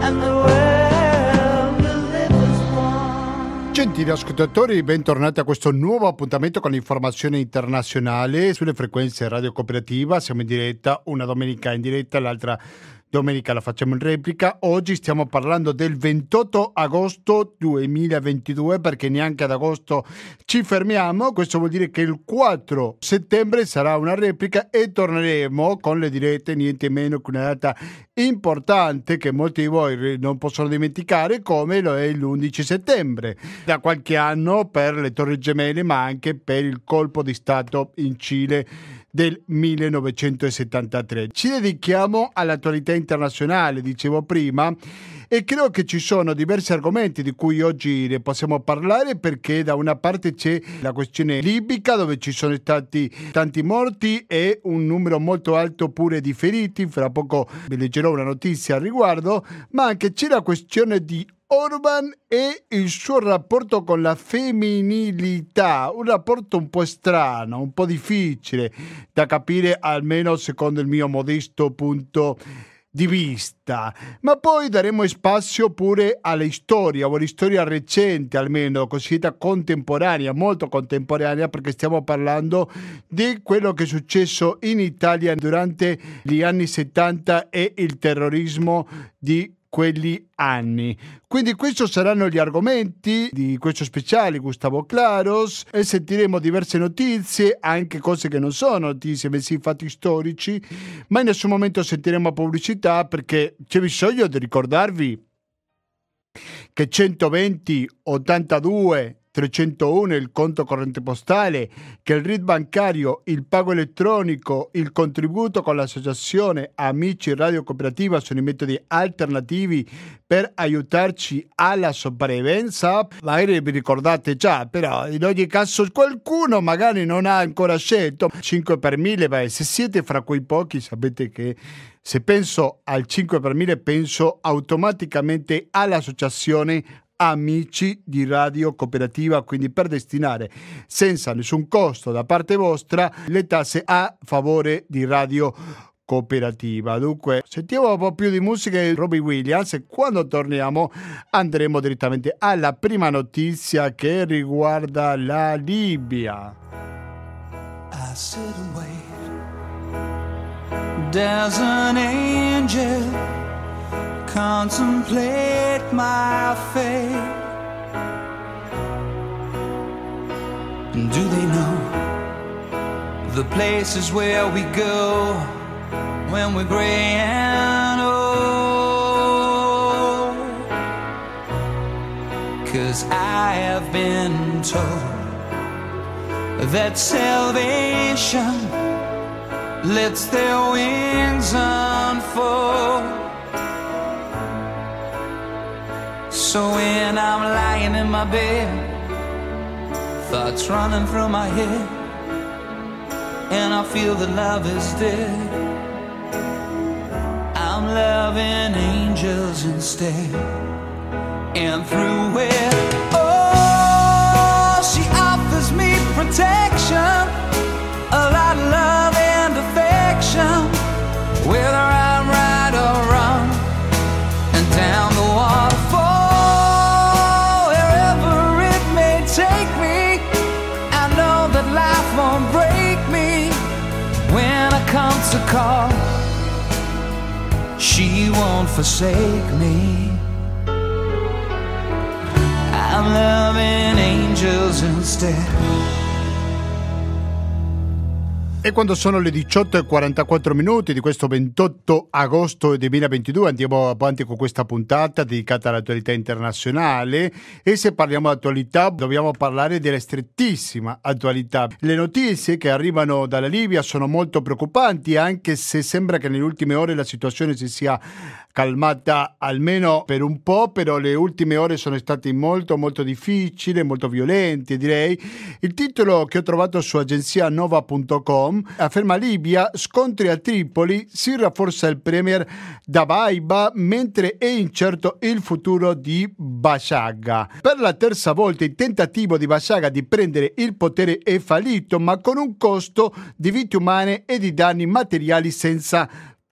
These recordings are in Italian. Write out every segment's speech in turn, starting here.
and the world will live as one. Gentili ascoltatori, bentornati a questo nuovo appuntamento con l'informazione internazionale sulle frequenze Radio Cooperativa. Siamo in diretta, una domenica in diretta, l'altra domenica la facciamo in replica. Oggi stiamo parlando del 28 agosto 2022 perché neanche ad agosto ci fermiamo. Questo vuol dire che il 4 settembre sarà una replica e torneremo con le dirette, niente meno che una data importante che molti di voi non possono dimenticare, come lo è l'11 settembre. Da qualche anno per le Torri Gemelle, ma anche per il colpo di Stato in Cile del 1973. Ci dedichiamo all'attualità internazionale, dicevo prima, e credo che ci sono diversi argomenti di cui oggi ne possiamo parlare, perché da una parte c'è la questione libica, dove ci sono stati tanti morti e un numero molto alto pure di feriti. Fra poco vi leggerò una notizia al riguardo, ma anche c'è la questione di Orban e il suo rapporto con la femminilità, un rapporto un po' strano, un po' difficile da capire, almeno secondo il mio modesto punto di vista. Ma poi daremo spazio pure alla storia, o all'istoria recente, almeno cosiddetta contemporanea, molto contemporanea, perché stiamo parlando di quello che è successo in Italia durante gli anni 70 e il terrorismo di quelli anni. Quindi questi saranno gli argomenti di questo speciale Gustavo Claros, e sentiremo diverse notizie, anche cose che non sono notizie, bensì fatti storici, ma in nessun momento sentiremo pubblicità, perché c'è bisogno di ricordarvi che 120 82 301 il conto corrente postale, che il RID bancario, il pago elettronico, il contributo con l'associazione Amici Radio Cooperativa sono i metodi alternativi per aiutarci alla sopravvivenza. Magari vi ricordate già, però in ogni caso qualcuno magari non ha ancora scelto 5 per 1000. Se siete fra quei pochi, sapete che se penso al 5 per 1000 penso automaticamente all'associazione Amici di Radio Cooperativa, quindi per destinare senza nessun costo da parte vostra le tasse a favore di Radio Cooperativa. Dunque sentiamo un po' più di musica di Robbie Williams e quando torniamo andremo direttamente alla prima notizia che riguarda la Libia. I sit and wait. There's an angel, contemplate my fate. And do they know the places where we go when we're gray and old? 'Cause I have been told that salvation lets their wings unfold. So when I'm lying in my bed, thoughts running through my head, and I feel that love is dead, I'm loving angels instead. And through it, oh, she offers me protection, a lot of love and affection, whether I'm right or wrong, and down the waterfall, wherever it may take me, I know that life won't break me. When I come to call, she won't forsake me. I'm loving angels instead. E quando sono le 18:44 di questo 28 agosto 2022 andiamo avanti con questa puntata dedicata all'attualità internazionale, e se parliamo di attualità dobbiamo parlare della strettissima attualità. Le notizie che arrivano dalla Libia sono molto preoccupanti, anche se sembra che nelle ultime ore la situazione si sia calmata almeno per un po', però le ultime ore sono state molto difficili, molto violente direi. Il titolo che ho trovato su agenzia Nova.com afferma: Libia, scontri a Tripoli, si rafforza il premier Dabaiba mentre è incerto il futuro di Bashagha. Per la terza volta il tentativo di Bashagha di prendere il potere è fallito, ma con un costo di vite umane e di danni materiali senza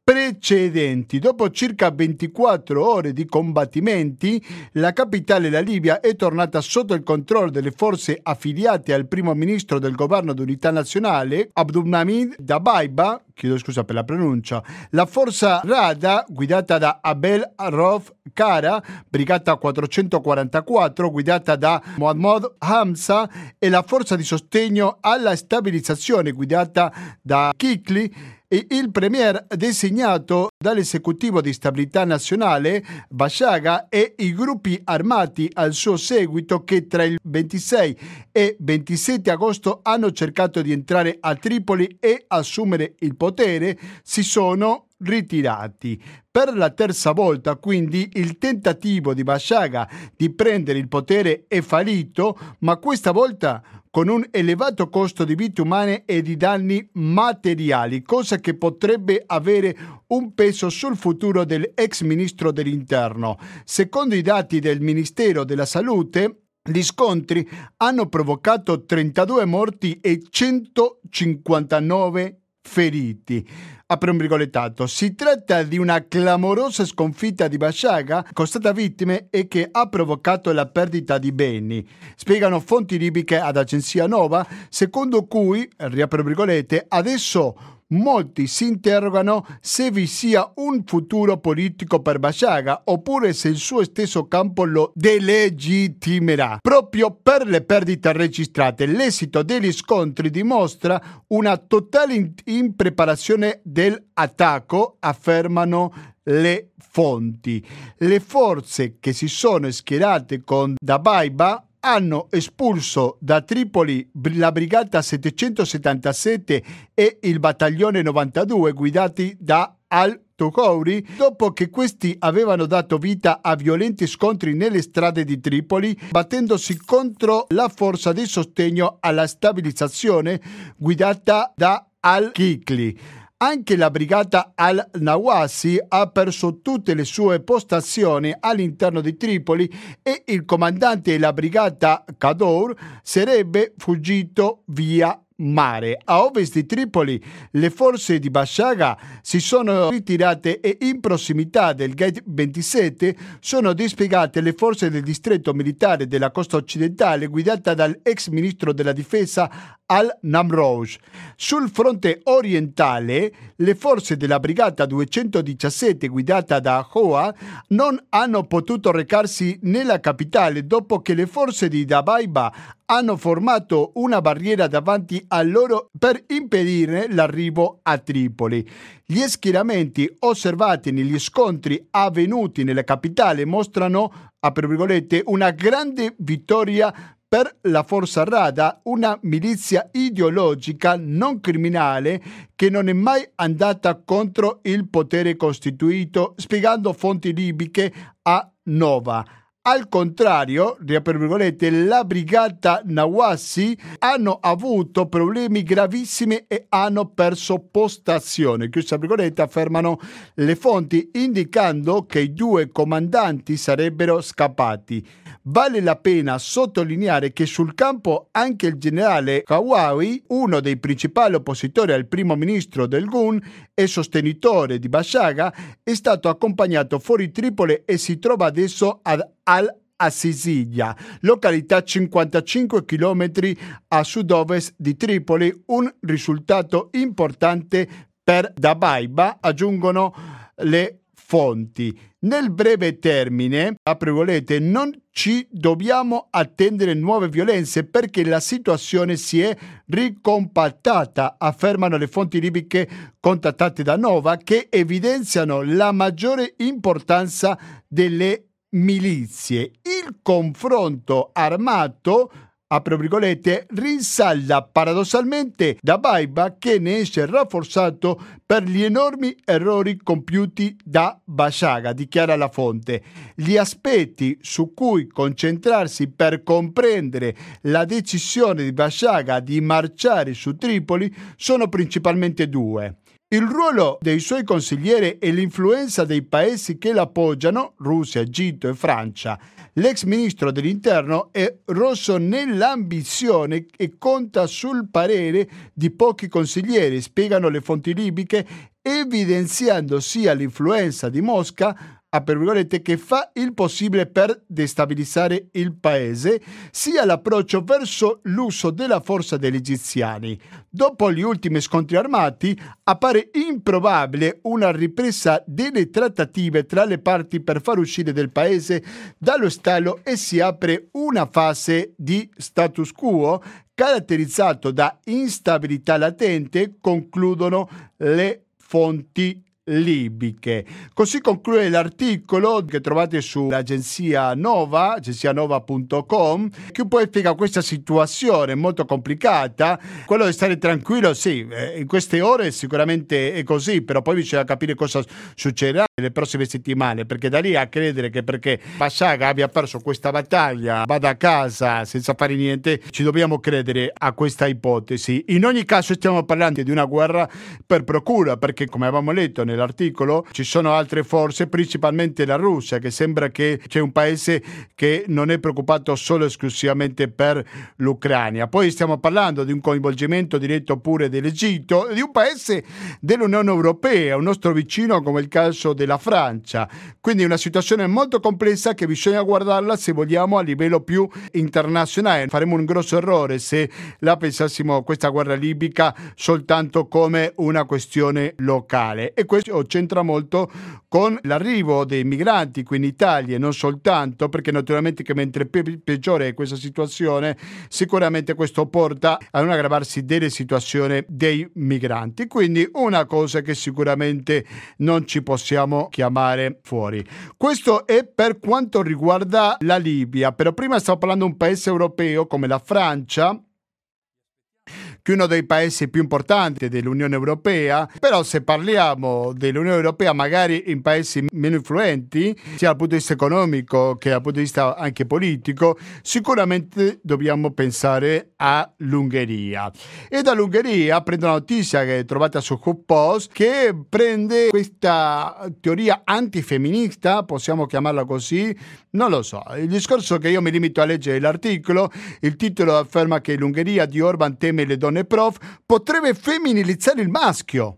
precedenti. Dopo circa 24 ore di combattimenti, la capitale, la Libia, è tornata sotto il controllo delle forze affiliate al primo ministro del governo d'unità nazionale, Abdulhamid Dabaiba, chiedo scusa per la pronuncia. La forza Rada, guidata da Abel Rauf Kara, brigata 444, guidata da Mohammad Hamza, e la forza di sostegno alla stabilizzazione, guidata da Kikli, e il premier designato dall'esecutivo di stabilità nazionale Bashaga e i gruppi armati al suo seguito, che tra il 26 e 27 agosto hanno cercato di entrare a Tripoli e assumere il potere, si sono ritirati. Per la terza volta, quindi, il tentativo di Bashaga di prendere il potere è fallito, ma questa volta con un elevato costo di vite umane e di danni materiali, cosa che potrebbe avere un peso sul futuro dell'ex ministro dell'Interno. Secondo i dati del Ministero della Salute, gli scontri hanno provocato 32 morti e 159 feriti. Apro un virgolettato. Si tratta di una clamorosa sconfitta di Bashaga, costata vittime e che ha provocato la perdita di beni, spiegano fonti libiche ad Agenzia Nova, secondo cui, riapro virgolette, adesso molti si interrogano se vi sia un futuro politico per Bashaga oppure se il suo stesso campo lo delegittimerà. Proprio per le perdite registrate, l'esito degli scontri dimostra una totale impreparazione dell'attacco, affermano le fonti. Le forze che si sono schierate con Dabaiba hanno espulso da Tripoli la brigata 777 e il battaglione 92 guidati da al-Toukouri, dopo che questi avevano dato vita a violenti scontri nelle strade di Tripoli, battendosi contro la forza di sostegno alla stabilizzazione guidata da al-Kikli. Anche la brigata al-Nawasi ha perso tutte le sue postazioni all'interno di Tripoli e il comandante della brigata Kadour sarebbe fuggito via mare. A ovest di Tripoli le forze di Bashaga si sono ritirate e in prossimità del Gate 27 sono dispiegate le forze del distretto militare della costa occidentale guidata dal ex ministro della difesa al-Namrouj. Sul fronte orientale le forze della brigata 217 guidata da Hoa non hanno potuto recarsi nella capitale dopo che le forze di Dabaiba hanno formato una barriera davanti a loro per impedire l'arrivo a Tripoli. Gli schieramenti osservati negli scontri avvenuti nella capitale mostrano, apro virgolette, una grande vittoria per la Forza Rada, una milizia ideologica non criminale che non è mai andata contro il potere costituito, spiegando fonti libiche a Nova. Al contrario, riapro virgolette, la brigata Nawasi hanno avuto problemi gravissimi e hanno perso postazione, chiusa virgolette, affermano le fonti, indicando che i due comandanti sarebbero scappati. Vale la pena sottolineare che sul campo anche il generale Kawawi, uno dei principali oppositori al primo ministro del Gun e sostenitore di Bashaga, è stato accompagnato fuori Tripoli e si trova adesso ad Al-Assisiyah, località 55 km a sud-ovest di Tripoli, un risultato importante per Dabaiba, aggiungono le fonti. Nel breve termine, apro virgolette, non ci dobbiamo attendere nuove violenze perché la situazione si è ricompattata, affermano le fonti libiche contattate da Nova, che evidenziano la maggiore importanza delle milizie. Il confronto armato, apro virgolette, rinsalda paradossalmente Dabaiba, che ne esce rafforzato per gli enormi errori compiuti da Bashaga, dichiara la fonte. Gli aspetti su cui concentrarsi per comprendere la decisione di Bashaga di marciare su Tripoli sono principalmente due. Il ruolo dei suoi consiglieri e l'influenza dei paesi che l'appoggiano, Russia, Egitto e Francia. L'ex ministro dell'Interno è rosso nell'ambizione e conta sul parere di pochi consiglieri, spiegano le fonti libiche, evidenziando sia l'influenza di Mosca, per virgolette, che fa il possibile per destabilizzare il paese, sia l'approccio verso l'uso della forza degli egiziani. Dopo gli ultimi scontri armati, appare improbabile una ripresa delle trattative tra le parti per far uscire del paese dallo stallo e si apre una fase di status quo caratterizzato da instabilità latente, concludono le fonti libiche. Così conclude l'articolo che trovate sull'agenzia Nova, agenzianova.com, che poi spiega questa situazione molto complicata. Quello di stare tranquillo, sì, in queste ore sicuramente è così, però poi bisogna capire cosa succederà nelle prossime settimane, perché da lì a credere che perché Bashar abbia perso questa battaglia vada a casa senza fare niente, ci dobbiamo credere a questa ipotesi. In ogni caso stiamo parlando di una guerra per procura, perché come avevamo letto nell'articolo ci sono altre forze, principalmente la Russia, che sembra che c'è un paese che non è preoccupato solo esclusivamente per l'Ucraina. Poi stiamo parlando di un coinvolgimento diretto pure dell'Egitto, di un paese dell'Unione Europea, un nostro vicino come il caso della Francia. Quindi una situazione molto complessa che bisogna guardarla, se vogliamo, a livello più internazionale. Faremo un grosso errore se la pensassimo questa guerra libica soltanto come una questione locale, e questo c'entra molto con l'arrivo dei migranti qui in Italia, e non soltanto, perché naturalmente che mentre peggiore è questa situazione, sicuramente questo porta a un aggravarsi delle situazioni dei migranti. Quindi una cosa che sicuramente non ci possiamo chiamare fuori. Questo è per quanto riguarda la Libia, però prima stavo parlando di un paese europeo come la Francia, che è uno dei paesi più importanti dell'Unione Europea. Però se parliamo dell'Unione Europea magari in paesi meno influenti, sia dal punto di vista economico che dal punto di vista anche politico, sicuramente dobbiamo pensare all'Ungheria. E dall'Ungheria prendo una notizia che trovate su HuffPost, che prende questa teoria antifemminista, possiamo chiamarla così, non lo so. Il discorso che io mi limito a leggere l'articolo, il titolo afferma che l'Ungheria di Orban teme le donne prof, potrebbe femminilizzare il maschio.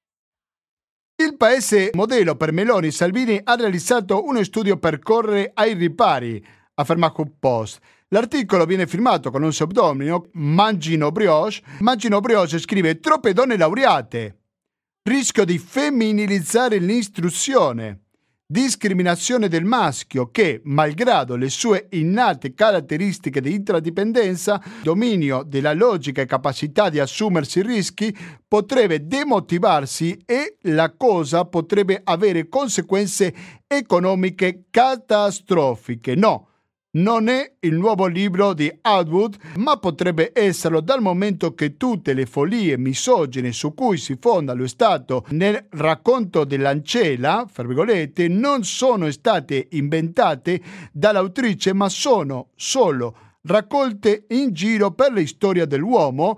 Il paese modello per Meloni e Salvini ha realizzato uno studio per correre ai ripari, afferma HuffPost. L'articolo viene firmato con un pseudonimo, Mangino Brioche. Mangino Brioche scrive: troppe donne laureate, rischio di femminilizzare l'istruzione, discriminazione del maschio che, malgrado le sue innate caratteristiche di intradipendenza, dominio della logica e capacità di assumersi rischi, potrebbe demotivarsi e la cosa potrebbe avere conseguenze economiche catastrofiche. No, non è il nuovo libro di Atwood, ma potrebbe esserlo, dal momento che tutte le follie misogine su cui si fonda lo Stato nel racconto dell'ancella, fra virgolette, non sono state inventate dall'autrice, ma sono solo raccolte in giro per la storia dell'uomo,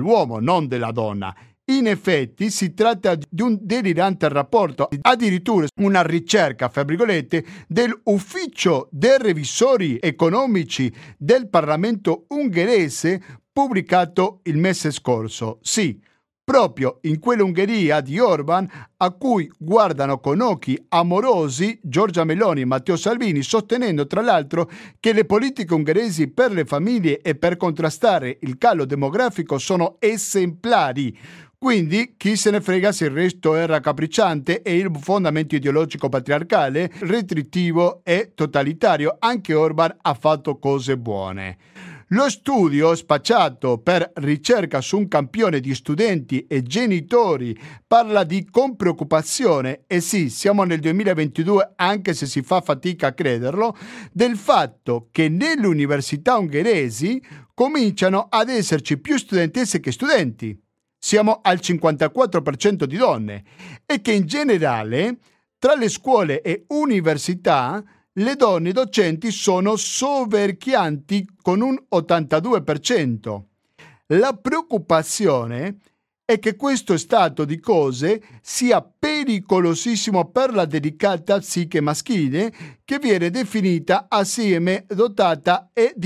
non della donna. In effetti si tratta di un delirante rapporto, addirittura una ricerca, fra virgolette, dell'Ufficio dei Revisori Economici del Parlamento ungherese pubblicato il mese scorso. Sì, proprio in quell'Ungheria di Orban a cui guardano con occhi amorosi Giorgia Meloni e Matteo Salvini, sostenendo tra l'altro che le politiche ungheresi per le famiglie e per contrastare il calo demografico sono esemplari. Quindi chi se ne frega se il resto è raccapricciante e il fondamento ideologico patriarcale, restrittivo e totalitario. Anche Orban ha fatto cose buone. Lo studio, spacciato per ricerca su un campione di studenti e genitori, parla con preoccupazione, e sì, siamo nel 2022, anche se si fa fatica a crederlo, del fatto che nelle università ungheresi cominciano ad esserci più studentesse che studenti. Siamo al 54% di donne, e che in generale tra le scuole e università le donne docenti sono soverchianti con un 82%. La preoccupazione è che questo stato di cose sia pericolosissimo per la delicata psiche maschile, che viene definita assieme dotata e di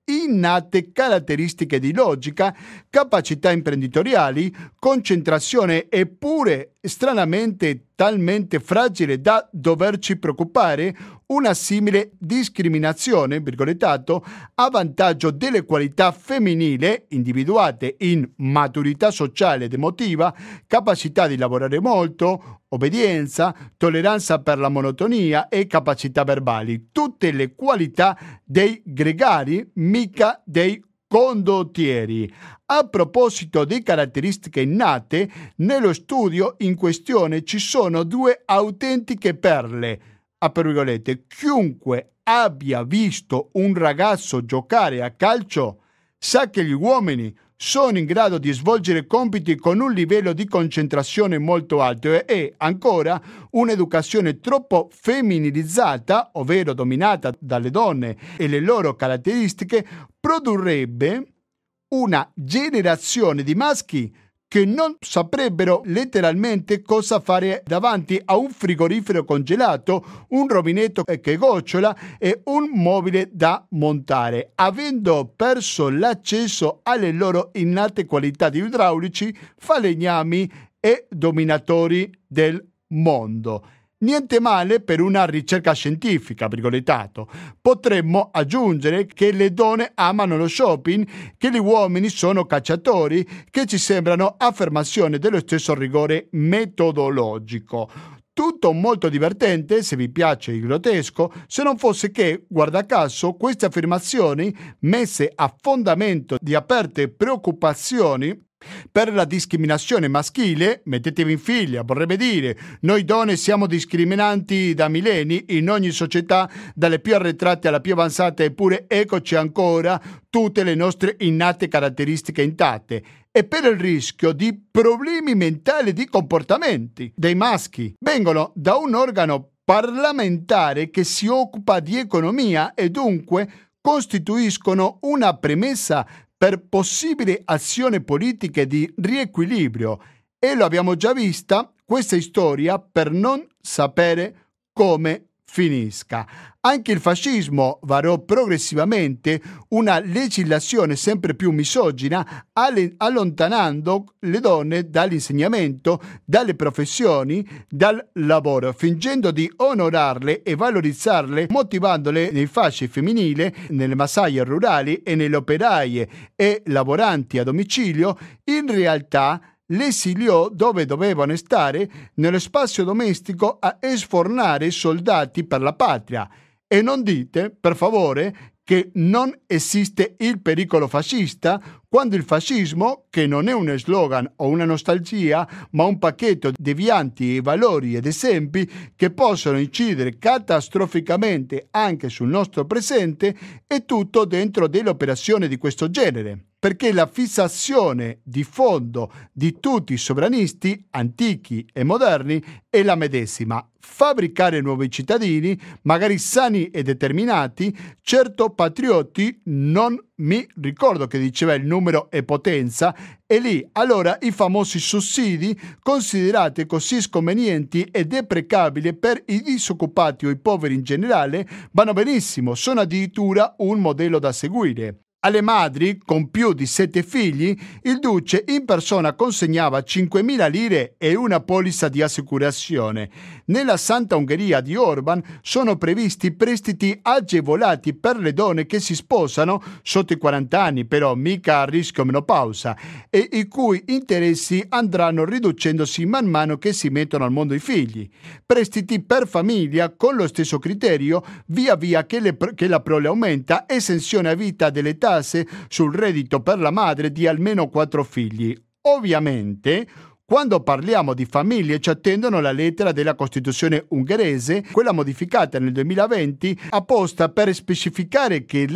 innate caratteristiche di logica, capacità imprenditoriali, concentrazione eppure stranamente talmente fragile da doverci preoccupare, una simile discriminazione, virgolettato, a vantaggio delle qualità femminili individuate in maturità sociale ed emotiva, capacità di lavorare molto, obbedienza, tolleranza per la monotonia e capacità verbali, tutte le qualità dei gregari, mica dei condottieri. A proposito di caratteristiche innate, nello studio in questione ci sono due autentiche perle. Apro virgolette, chiunque abbia visto un ragazzo giocare a calcio sa che gli uomini sono in grado di svolgere compiti con un livello di concentrazione molto alto e ancora un'educazione troppo femminilizzata, ovvero dominata dalle donne e le loro caratteristiche, produrrebbe una generazione di maschi che non saprebbero letteralmente cosa fare davanti a un frigorifero congelato, un rubinetto che gocciola e un mobile da montare, avendo perso l'accesso alle loro innate qualità di idraulici, falegnami e dominatori del mondo. Niente male per una ricerca scientifica, virgolettato. Potremmo aggiungere che le donne amano lo shopping, che gli uomini sono cacciatori, che ci sembrano affermazioni dello stesso rigore metodologico. Tutto molto divertente, se vi piace il grottesco, se non fosse che, guarda caso, queste affermazioni, messe a fondamento di aperte preoccupazioni per la discriminazione maschile, mettetevi in fila, vorrebbe dire, noi donne siamo discriminanti da millenni in ogni società, dalle più arretrate alla più avanzata, eppure eccoci ancora tutte le nostre innate caratteristiche intatte. E per il rischio di problemi mentali di comportamenti dei maschi vengono da un organo parlamentare che si occupa di economia e dunque costituiscono una premessa per possibili azioni politiche di riequilibrio, e lo abbiamo già vista questa storia per non sapere come finisca. Anche il fascismo varò progressivamente una legislazione sempre più misogina, allontanando le donne dall'insegnamento, dalle professioni, dal lavoro, fingendo di onorarle e valorizzarle, motivandole nei fasci femminili, nelle massaie rurali e nelle operaie e lavoranti a domicilio. In realtà le esiliò dove dovevano stare, nello spazio domestico, a sfornare soldati per la patria. E non dite, per favore, che non esiste il pericolo fascista, quando il fascismo, che non è un slogan o una nostalgia, ma un pacchetto di devianti valori ed esempi che possono incidere catastroficamente anche sul nostro presente, è tutto dentro delle operazioni di questo genere. Perché la fissazione di fondo di tutti i sovranisti, antichi e moderni, è la medesima: fabbricare nuovi cittadini, magari sani e determinati, certo patrioti, non mi ricordo che diceva il numero e potenza, e lì allora i famosi sussidi, considerati così sconvenienti e deprecabili per i disoccupati o i poveri in generale, vanno benissimo, sono addirittura un modello da seguire. Alle madri, con più di 7 figli, il duce in persona consegnava 5.000 lire e una polizza di assicurazione. Nella Santa Ungheria di Orban sono previsti prestiti agevolati per le donne che si sposano sotto i 40 anni, però mica a rischio menopausa, e i cui interessi andranno riducendosi man mano che si mettono al mondo i figli. Prestiti per famiglia con lo stesso criterio, via via che la prole aumenta, esenzione a vita delle tasse sul reddito per la madre di almeno 4 figli. Ovviamente, quando parliamo di famiglie ci attendono la lettera della Costituzione ungherese, quella modificata nel 2020, apposta per specificare che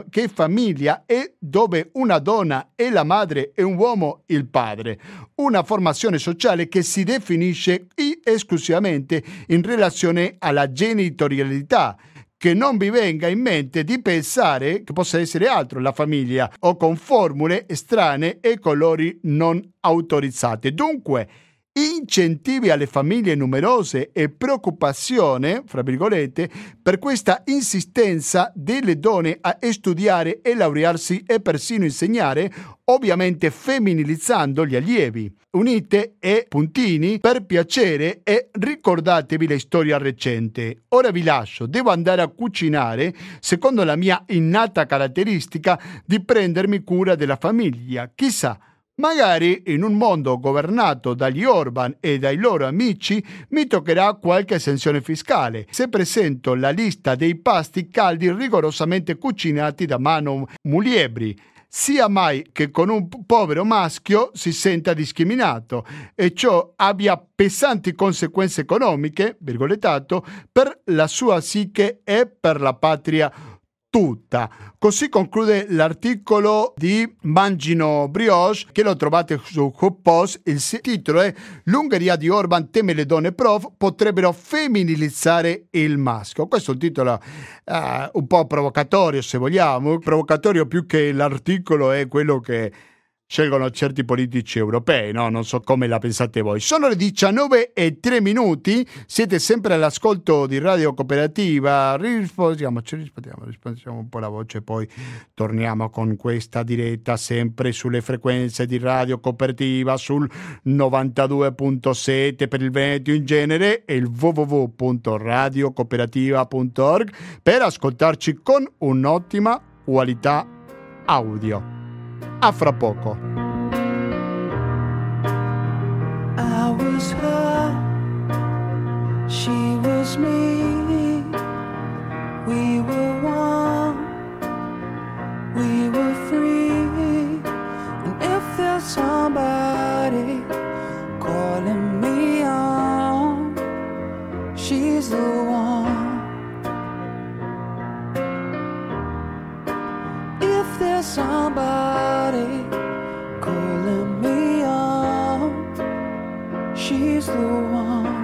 famiglia è dove una donna è la madre e un uomo il padre. Una formazione sociale che si definisce esclusivamente in relazione alla genitorialità, che non vi venga in mente di pensare che possa essere altro la famiglia o con formule strane e colori non autorizzate. Dunque, incentivi alle famiglie numerose e preoccupazione, fra virgolette, per questa insistenza delle donne a studiare e laurearsi e persino insegnare, ovviamente femminilizzando gli allievi. Unite e puntini per piacere e ricordatevi la storia recente. Ora vi lascio, devo andare a cucinare secondo la mia innata caratteristica di prendermi cura della famiglia. Chissà, magari in un mondo governato dagli Orban e dai loro amici mi toccherà qualche esenzione fiscale se presento la lista dei pasti caldi rigorosamente cucinati da mano Muliebri, sia mai che con un povero maschio si senta discriminato e ciò abbia pesanti conseguenze economiche, virgolettato, per la sua psiche e per la patria tutta. Così conclude l'articolo di Mangino Brioche, che lo trovate su HuffPost. Il titolo è "L'Ungheria di Orban teme le donne prof potrebbero femminilizzare il maschio". Questo è un titolo un po' provocatorio, se vogliamo, provocatorio più che l'articolo è quello che scelgono certi politici europei, no? Non so come la pensate voi. Sono le 19:03, siete sempre all'ascolto di Radio Cooperativa. Rispondiamo un po' la voce, poi torniamo con questa diretta sempre sulle frequenze di Radio Cooperativa, sul 92.7 per il Veneto in genere e il www.radiocooperativa.org per ascoltarci con un'ottima qualità audio. A fra poco. I was her, she was me. We were one, we were free. And if there's somebody calling me on, she's the one. If there's somebody calling me on, she's the one.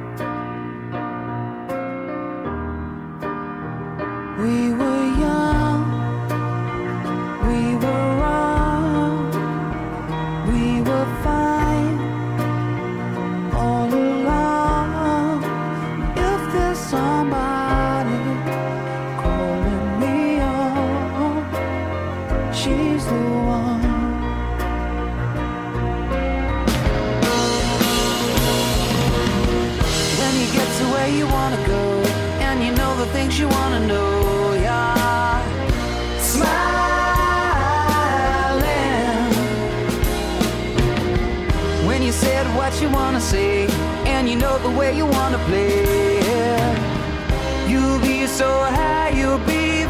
We were young, we were wrong, we were fine all along. If there's somebody calling me on, she's the one. When you get to where you wanna go, and you know the things you wanna know, yeah. Smiling. When you said what you wanna say, and you know the way you wanna play, yeah. You'll be so high, you'll be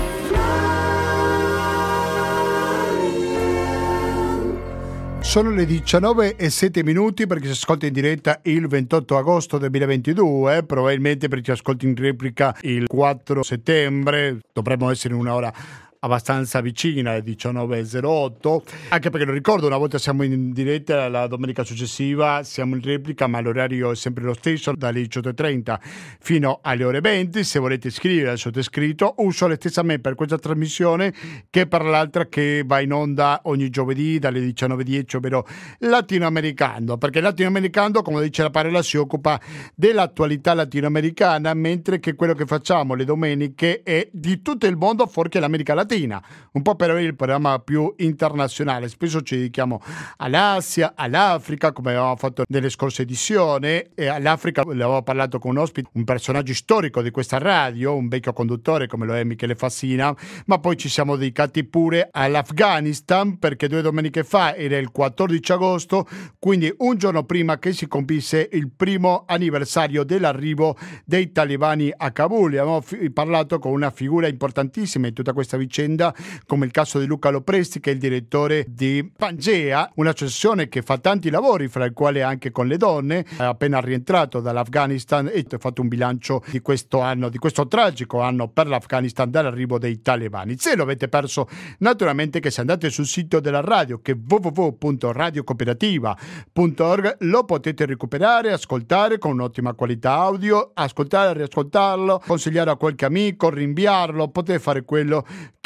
Sono le 19:07 per chi si ascolta in diretta il 28 agosto 2022, probabilmente per chi ascolta in replica il 4 settembre, dovremmo essere in una ora abbastanza vicina alle 19:08, anche perché lo ricordo, una volta siamo in diretta, la domenica successiva siamo in replica, ma l'orario è sempre lo stesso, dalle 18:30 fino alle ore 20. Se volete scrivere al sottoscritto, uso la stessa me per questa trasmissione che per l'altra che va in onda ogni giovedì dalle 19:10, ovvero latinoamericano, perché latinoamericano, come dice la parola, si occupa dell'attualità latinoamericana, mentre che quello che facciamo le domeniche è di tutto il mondo fuorché l'America Latina, un po' per avere il programma più internazionale. Spesso ci dedichiamo all'Asia, all'Africa, come avevamo fatto nelle scorse edizioni, e all'Africa ne avevo parlato con un ospite, un personaggio storico di questa radio, un vecchio conduttore come lo è Michele Fassina, ma poi ci siamo dedicati pure all'Afghanistan, perché 2 domeniche fa era il 14 agosto, quindi un giorno prima che si compisse il primo anniversario dell'arrivo dei talebani a Kabul. Abbiamo parlato con una figura importantissima in tutta questa vicenda, come il caso di Luca Lopresti, che è il direttore di Pangea, un'associazione che fa tanti lavori, fra i quali anche con le donne. È appena rientrato dall'Afghanistan e ha fatto un bilancio di questo anno, di questo tragico anno per l'Afghanistan dall'arrivo dei talebani. Se lo avete perso, naturalmente che se andate sul sito della radio, che è www.radiocooperativa.org, lo potete recuperare, ascoltare con un'ottima qualità audio, ascoltare, riascoltarlo, consigliare a qualche amico, rinviarlo, potete fare quello che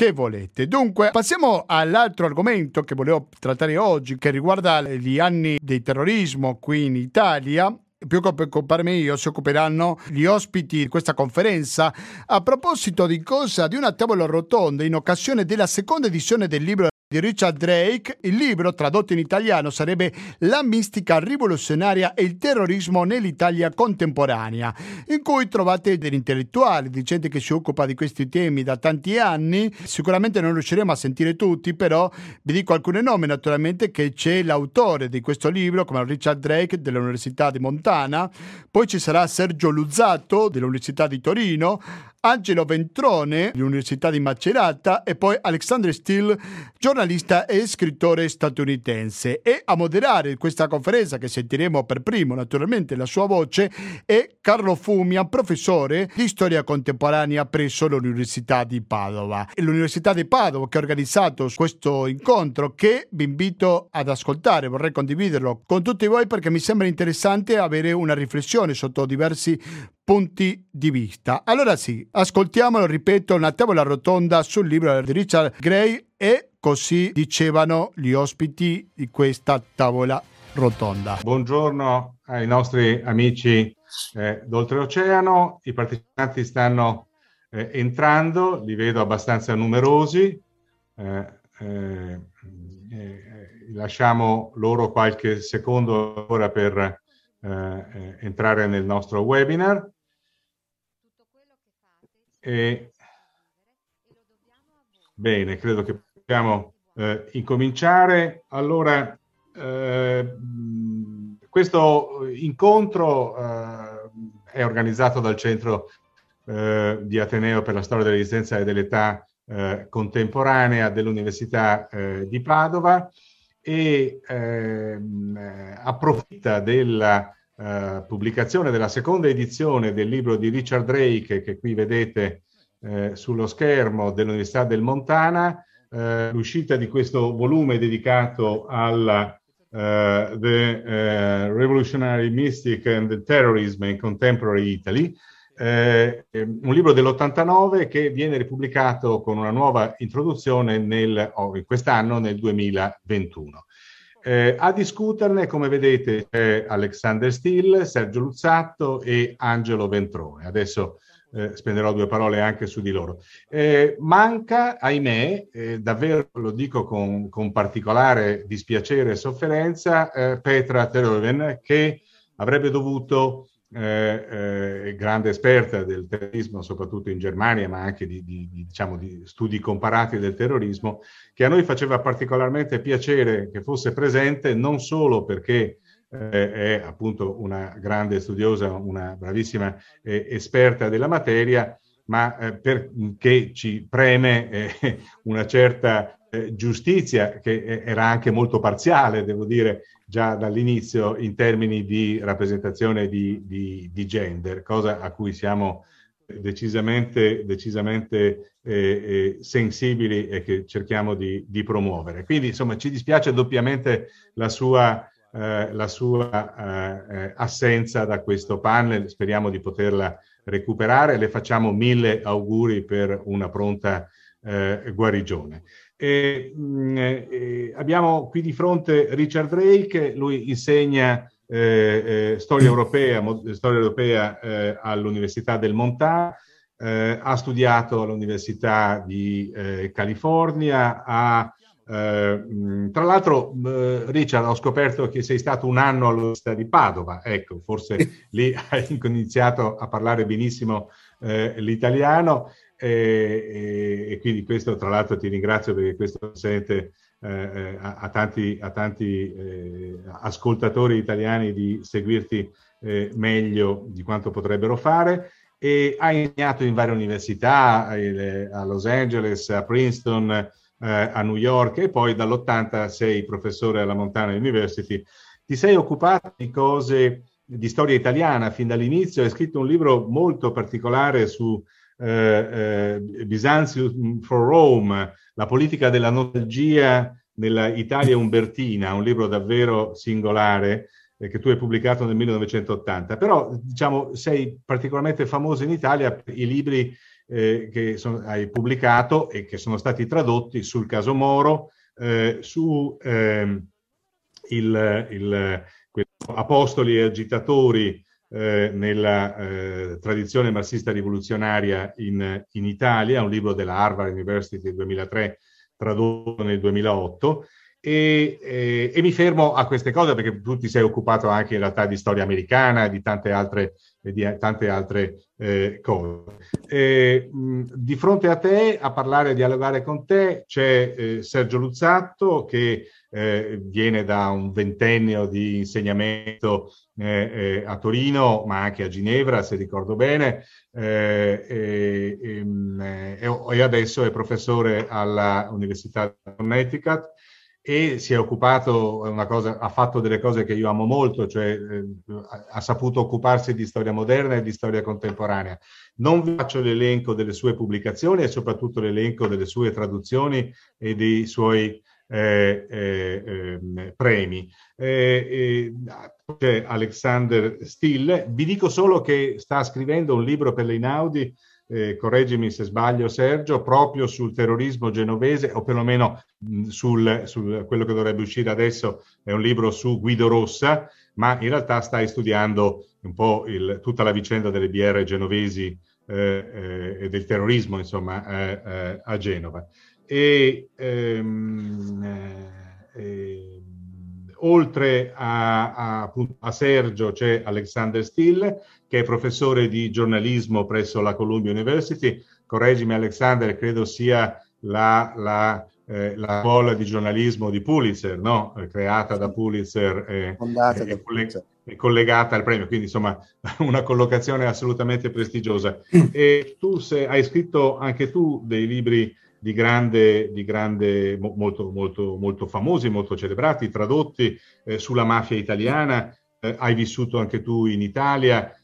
che volete. Dunque, passiamo all'altro argomento che volevo trattare oggi, che riguarda gli anni del terrorismo qui in Italia. Più che occuparmi io, si occuperanno gli ospiti di questa conferenza. A proposito di cosa? Di una tavola rotonda in occasione della seconda edizione del libro di Richard Drake. Il libro, tradotto in italiano, sarebbe La mistica rivoluzionaria e il terrorismo nell'Italia contemporanea, in cui trovate degli intellettuali, di gente che si occupa di questi temi da tanti anni. Sicuramente non riusciremo a sentire tutti, però vi dico alcuni nomi. Naturalmente che c'è l'autore di questo libro, come Richard Drake dell'Università di Montana, poi ci sarà Sergio Luzzatto dell'Università di Torino, Angelo Ventrone dell'Università di Macerata e poi Alexander Steele, giornalista e scrittore statunitense. E a moderare questa conferenza, che sentiremo per primo naturalmente la sua voce, è Carlo Fumia, professore di storia contemporanea presso l'Università di Padova. È l'Università di Padova che ha organizzato questo incontro, che vi invito ad ascoltare. Vorrei condividerlo con tutti voi perché mi sembra interessante avere una riflessione sotto diversi punti di vista. Allora sì, ascoltiamolo, ripeto, una tavola rotonda sul libro di Richard Gray, e così dicevano gli ospiti di questa tavola rotonda. Buongiorno ai nostri amici d'oltreoceano. I partecipanti stanno entrando, li vedo abbastanza numerosi. Lasciamo loro qualche secondo ora per entrare nel nostro webinar. Bene, credo che possiamo incominciare. Allora, questo incontro è organizzato dal Centro di Ateneo per la Storia della Resistenza e dell'Età Contemporanea dell'Università di Padova, e approfitta della pubblicazione della seconda edizione del libro di Richard Drake, che qui vedete sullo schermo, dell'Università del Montana. L'uscita di questo volume dedicato alla The Revolutionary Mystic and the Terrorism in Contemporary Italy, un libro dell'89 che viene ripubblicato con una nuova introduzione quest'anno, nel 2021. A discuterne, come vedete, c'è Alexander Steele, Sergio Luzzatto e Angelo Ventrone. Adesso spenderò due parole anche su di loro. Manca, ahimè, davvero lo dico con particolare dispiacere e sofferenza, Petra Teröven, che avrebbe dovuto, grande esperta del terrorismo, soprattutto in Germania, ma anche di studi comparati del terrorismo, che a noi faceva particolarmente piacere che fosse presente, non solo perché è appunto una grande studiosa, una bravissima esperta della materia, ma perché ci preme una certa giustizia, che era anche molto parziale, devo dire, già dall'inizio in termini di rappresentazione di gender, cosa a cui siamo decisamente sensibili e che cerchiamo di promuovere. Quindi, insomma, ci dispiace doppiamente la sua assenza da questo panel. Speriamo di poterla recuperare. Le facciamo 1000 auguri per una pronta guarigione. Abbiamo qui di fronte Richard Drake. Lui insegna storia europea all'Università del Montana, ha studiato all'Università di California, tra l'altro, Richard, ho scoperto che sei stato un anno all'Università di Padova, ecco, forse lì hai iniziato a parlare benissimo l'italiano, e quindi questo, tra l'altro, ti ringrazio perché questo consente a tanti ascoltatori italiani di seguirti meglio di quanto potrebbero fare. E hai insegnato in varie università, a Los Angeles, a Princeton, a New York, e poi dall'80 sei professore alla Montana University. Ti sei occupato di cose di storia italiana fin dall'inizio, hai scritto un libro molto particolare su Byzantium for Rome, la politica della nostalgia nella Italia umbertina, un libro davvero singolare che tu hai pubblicato nel 1980. Però, diciamo, sei particolarmente famoso in Italia per i libri che hai pubblicato e che sono stati tradotti sul caso Moro, su apostoli e agitatori nella tradizione marxista rivoluzionaria in Italia, un libro della Harvard University del 2003, tradotto nel 2008. E mi fermo a queste cose perché tu ti sei occupato anche in realtà di storia americana e di tante altre cose. Di fronte a te, a parlare e dialogare con te, c'è Sergio Luzzatto, che viene da un ventennio di insegnamento a Torino, ma anche a Ginevra, se ricordo bene, e adesso è professore alla Università di Connecticut. E si è occupato, ha fatto delle cose che io amo molto, cioè ha saputo occuparsi di storia moderna e di storia contemporanea. Non vi faccio l'elenco delle sue pubblicazioni e soprattutto l'elenco delle sue traduzioni e dei suoi premi. C'è Alexander Still, vi dico solo che sta scrivendo un libro per l'Einaudi, correggimi se sbaglio Sergio, proprio sul terrorismo genovese, o perlomeno sul quello che dovrebbe uscire adesso è un libro su Guido Rossa, ma in realtà stai studiando un po' tutta la vicenda delle BR genovesi e del terrorismo, insomma, a Genova. Oltre a Sergio c'è Alexander Still, che è professore di giornalismo presso la Columbia University. Correggimi Alexander, credo sia la scuola di giornalismo di Pulitzer, no? Creata da Pulitzer e collegata al premio, quindi insomma una collocazione assolutamente prestigiosa. E tu hai scritto anche tu dei libri di grande molto famosi, molto celebrati, tradotti sulla mafia italiana. Hai vissuto anche tu in Italia,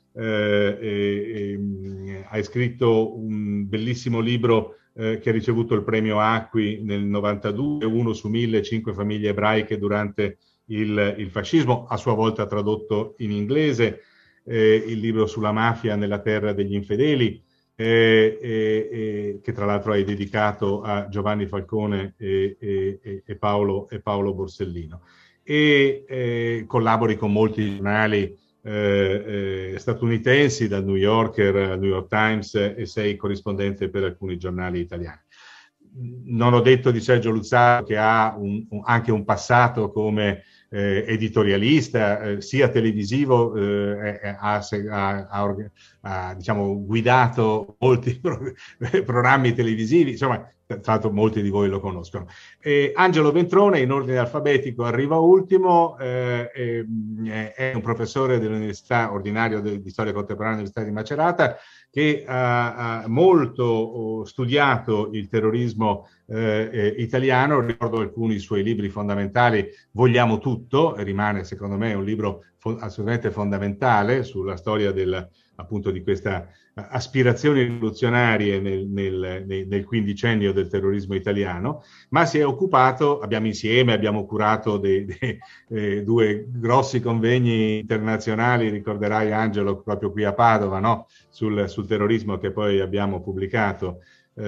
hai scritto un bellissimo libro che ha ricevuto il premio Acqui nel 92, 1 su 1000, 5 famiglie ebraiche durante il fascismo, a sua volta tradotto in inglese, il libro sulla mafia nella terra degli infedeli, che tra l'altro hai dedicato a Giovanni Falcone e Paolo Borsellino. Collabori con molti giornali statunitensi, dal New Yorker al New York Times, e sei corrispondente per alcuni giornali italiani. Non ho detto di Sergio Luzzatto che ha anche un passato come editorialista, sia televisivo, ha diciamo guidato molti programmi televisivi, insomma, tra l'altro molti di voi lo conoscono. Angelo Ventrone, in ordine alfabetico, arriva ultimo, è un professore dell'Università ordinario di Storia Contemporanea dell'Università di Macerata, che ha molto studiato il terrorismo italiano. Ricordo alcuni suoi libri fondamentali. Vogliamo tutto, rimane secondo me un libro assolutamente fondamentale sulla storia appunto di questa aspirazioni rivoluzionarie nel quindicennio del terrorismo italiano, ma si è occupato, abbiamo curato due grossi convegni internazionali, ricorderai Angelo, proprio qui a Padova, no? sul terrorismo, che poi abbiamo pubblicato.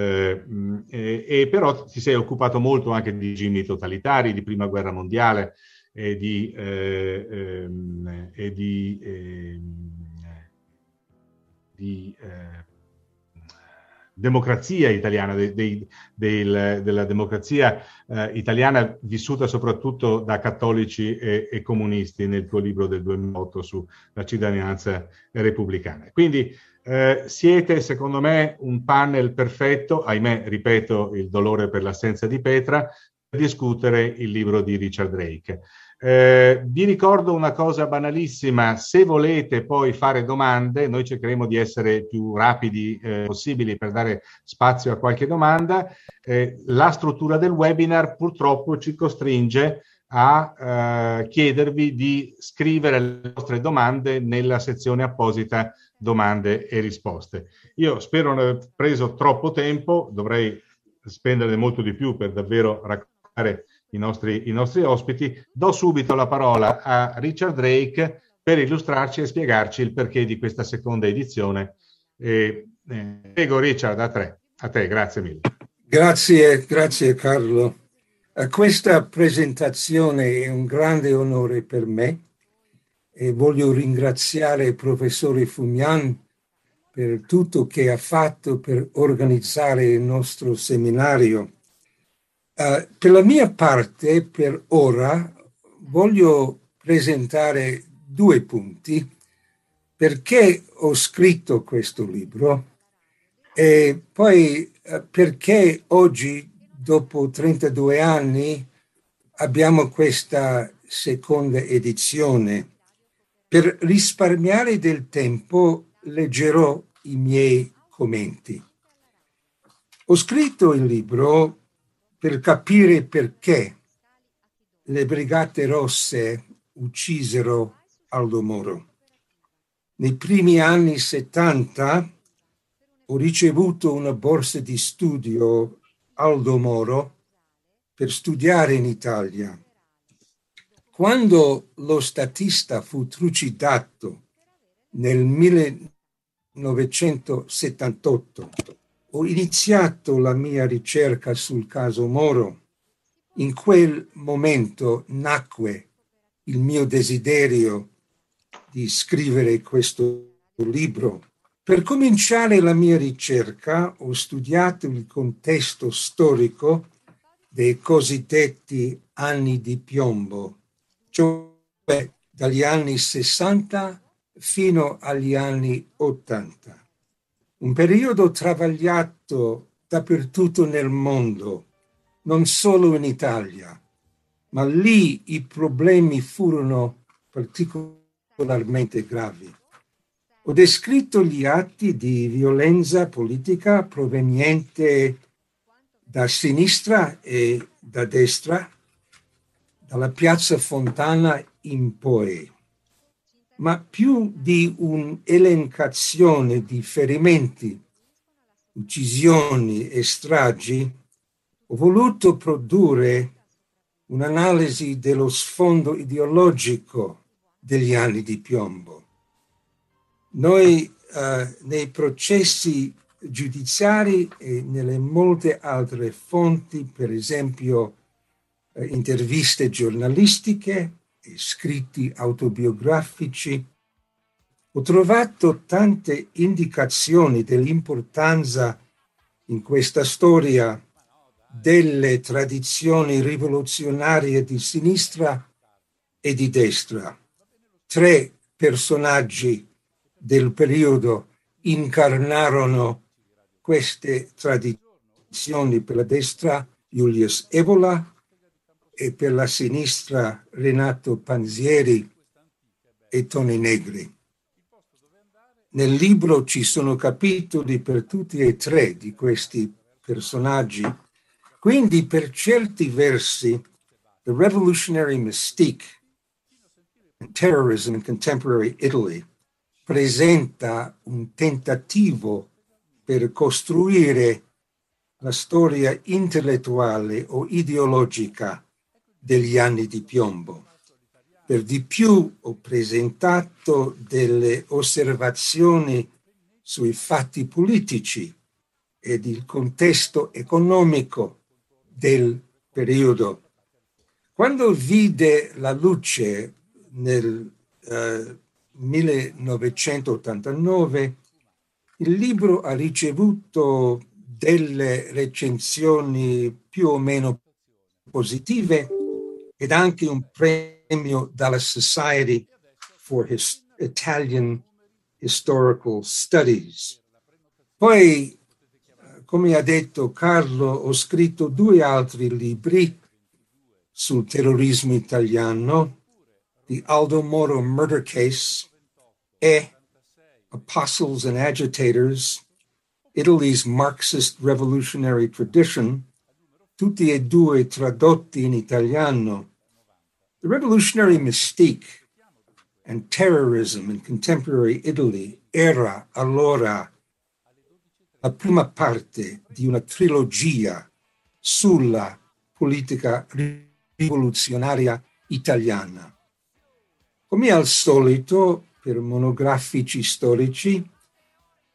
Però ti sei occupato molto anche di regimi totalitari, di Prima Guerra Mondiale e di democrazia italiana, della democrazia italiana vissuta soprattutto da cattolici e comunisti, nel tuo libro del 2008 sulla cittadinanza repubblicana. Quindi siete, secondo me, un panel perfetto, ahimè, ripeto, il dolore per l'assenza di Petra, per discutere il libro di Richard Drake. Vi ricordo una cosa banalissima: se volete poi fare domande, noi cercheremo di essere più rapidi possibili per dare spazio a qualche domanda. La struttura del webinar purtroppo ci costringe a chiedervi di scrivere le vostre domande nella sezione apposita domande e risposte. Io spero non aver preso troppo tempo, dovrei spendere molto di più per davvero raccontare i nostri ospiti. Do subito la parola a Richard Drake per illustrarci e spiegarci il perché di questa seconda edizione. Prego Richard, a te, grazie mille. Grazie Carlo. Questa presentazione è un grande onore per me e voglio ringraziare il professore Fumian per tutto che ha fatto per organizzare il nostro seminario. Per la mia parte, per ora, voglio presentare 2 punti perché ho scritto questo libro e poi perché oggi, dopo 32 anni, abbiamo questa seconda edizione. Per risparmiare del tempo leggerò i miei commenti. Ho scritto il libro per capire perché le Brigate Rosse uccisero Aldo Moro. Nei primi anni 70 ho ricevuto una borsa di studio Aldo Moro per studiare in Italia. Quando lo statista fu trucidato nel 1978, ho iniziato la mia ricerca sul caso Moro. In quel momento nacque il mio desiderio di scrivere questo libro. Per cominciare la mia ricerca ho studiato il contesto storico dei cosiddetti anni di piombo, cioè dagli anni 60 fino agli anni 80. Un periodo travagliato dappertutto nel mondo, non solo in Italia, ma lì i problemi furono particolarmente gravi. Ho descritto gli atti di violenza politica proveniente da sinistra e da destra, dalla piazza Fontana in poi. Ma più di un'elencazione di ferimenti, uccisioni e stragi, ho voluto produrre un'analisi dello sfondo ideologico degli anni di piombo. Noi nei processi giudiziari e nelle molte altre fonti, per esempio interviste giornalistiche e scritti autobiografici, ho trovato tante indicazioni dell'importanza in questa storia delle tradizioni rivoluzionarie di sinistra e di destra. 3 personaggi del periodo incarnarono queste tradizioni: per la destra Julius Evola e per la sinistra Renato Panzieri e Toni Negri. Nel libro ci sono capitoli per tutti e 3 di questi personaggi, quindi per certi versi The Revolutionary Mystique and Terrorism in Contemporary Italy presenta un tentativo per costruire la storia intellettuale o ideologica degli anni di piombo. Per di più ho presentato delle osservazioni sui fatti politici ed il contesto economico del periodo. Quando vide la luce nel 1989, il libro ha ricevuto delle recensioni più o meno positive ed anche un premio dalla Society for Italian Historical Studies. Poi, come ha detto Carlo, ho scritto 2 altri libri sul terrorismo italiano: The Aldo Moro Murder Case e Apostles and Agitators, Italy's Marxist Revolutionary Tradition, tutti e 2 tradotti in italiano. The Revolutionary Mystique and Terrorism in Contemporary Italy era allora la prima parte di una trilogia sulla politica rivoluzionaria italiana. Come al solito, per monografici storici,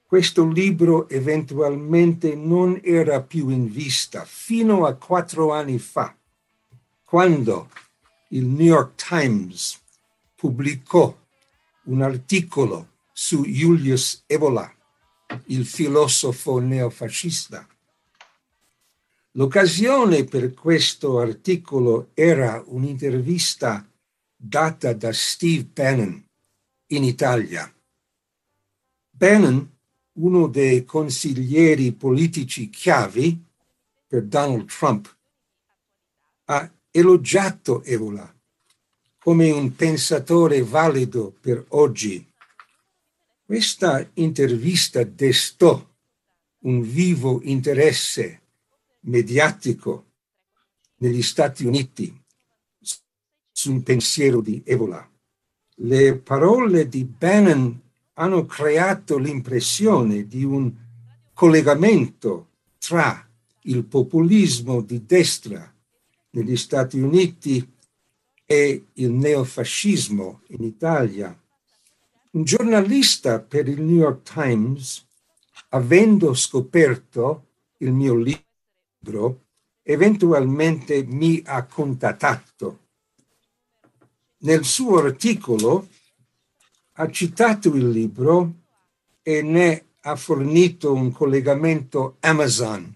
questo libro eventualmente non era più in vista fino a 4 anni fa, quando il New York Times pubblicò un articolo su Julius Evola, il filosofo neofascista. L'occasione per questo articolo era un'intervista data da Steve Bannon in Italia. Bannon, uno dei consiglieri politici chiavi per Donald Trump, ha elogiato Evola come un pensatore valido per oggi. Questa intervista destò un vivo interesse mediatico negli Stati Uniti sul pensiero di Evola. Le parole di Bannon hanno creato l'impressione di un collegamento tra il populismo di destra negli Stati Uniti e il neofascismo in Italia. Un giornalista per il New York Times, avendo scoperto il mio libro, eventualmente mi ha contattato. Nel suo articolo ha citato il libro e ne ha fornito un collegamento Amazon.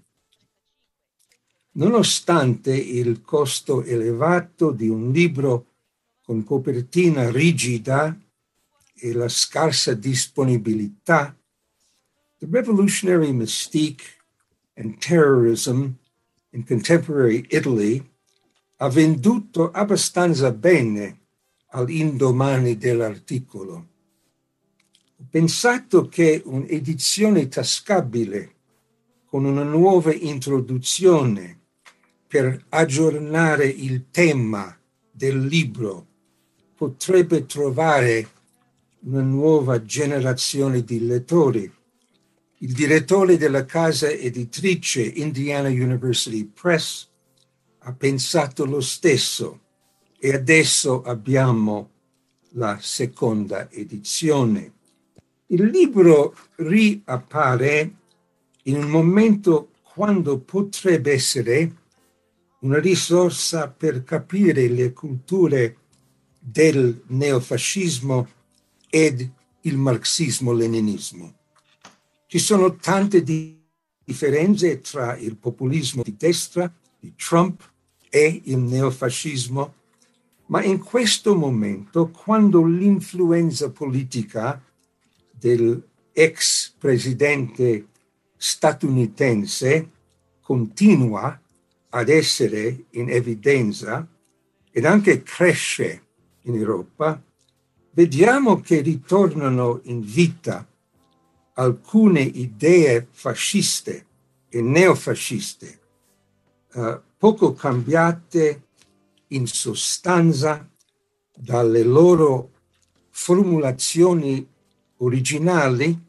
Nonostante il costo elevato di un libro con copertina rigida e la scarsa disponibilità, The Revolutionary Mystique and Terrorism in Contemporary Italy ha venduto abbastanza bene all'indomani dell'articolo. Ho pensato che un'edizione tascabile con una nuova introduzione per aggiornare il tema del libro potrebbe trovare una nuova generazione di lettori. Il direttore della casa editrice Indiana University Press ha pensato lo stesso e adesso abbiamo la seconda edizione. Il libro riappare in un momento quando potrebbe essere una risorsa per capire le culture del neofascismo ed il marxismo-leninismo. Ci sono tante differenze tra il populismo di destra, di Trump, e il neofascismo, ma in questo momento, quando l'influenza politica dell'ex presidente statunitense continua ad essere in evidenza ed anche cresce in Europa, vediamo che ritornano in vita alcune idee fasciste e neofasciste, poco cambiate in sostanza dalle loro formulazioni originali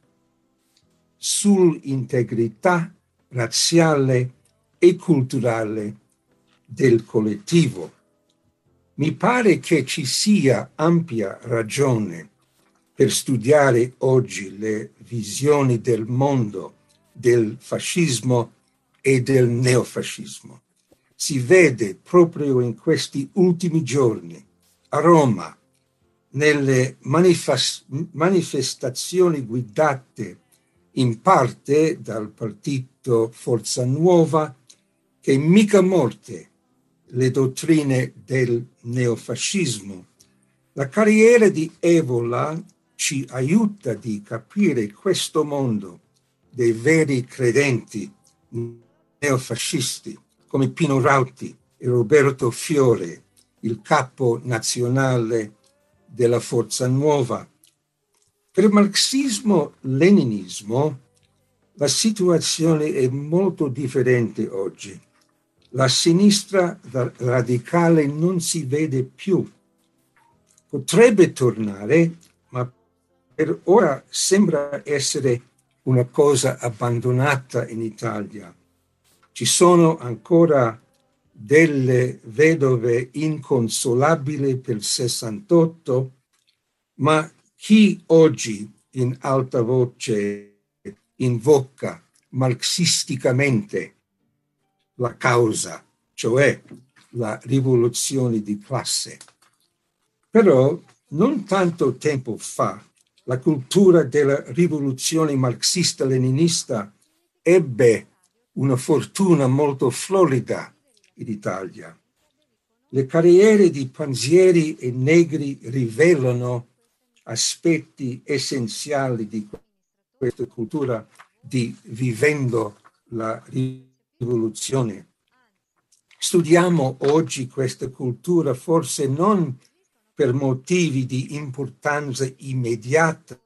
sull'integrità razziale e culturale del collettivo. Mi pare che ci sia ampia ragione per studiare oggi le visioni del mondo del fascismo e del neofascismo. Si vede proprio in questi ultimi giorni a Roma, nelle manifestazioni guidate in parte dal partito Forza Nuova, che mica morte le dottrine del neofascismo. La carriera di Evola ci aiuta di capire questo mondo dei veri credenti neofascisti, come Pino Rauti e Roberto Fiore, il capo nazionale della Forza Nuova. Per il marxismo-leninismo la situazione è molto differente oggi. La sinistra radicale non si vede più. Potrebbe tornare, ma per ora sembra essere una cosa abbandonata in Italia. Ci sono ancora delle vedove inconsolabili per il 68, ma chi oggi in alta voce invoca marxisticamente la causa, cioè la rivoluzione di classe. Però non tanto tempo fa la cultura della rivoluzione marxista-leninista ebbe una fortuna molto florida in Italia. Le carriere di Panzieri e Negri rivelano aspetti essenziali di questa cultura di vivendo la rivoluzione. Studiamo oggi questa cultura forse non per motivi di importanza immediata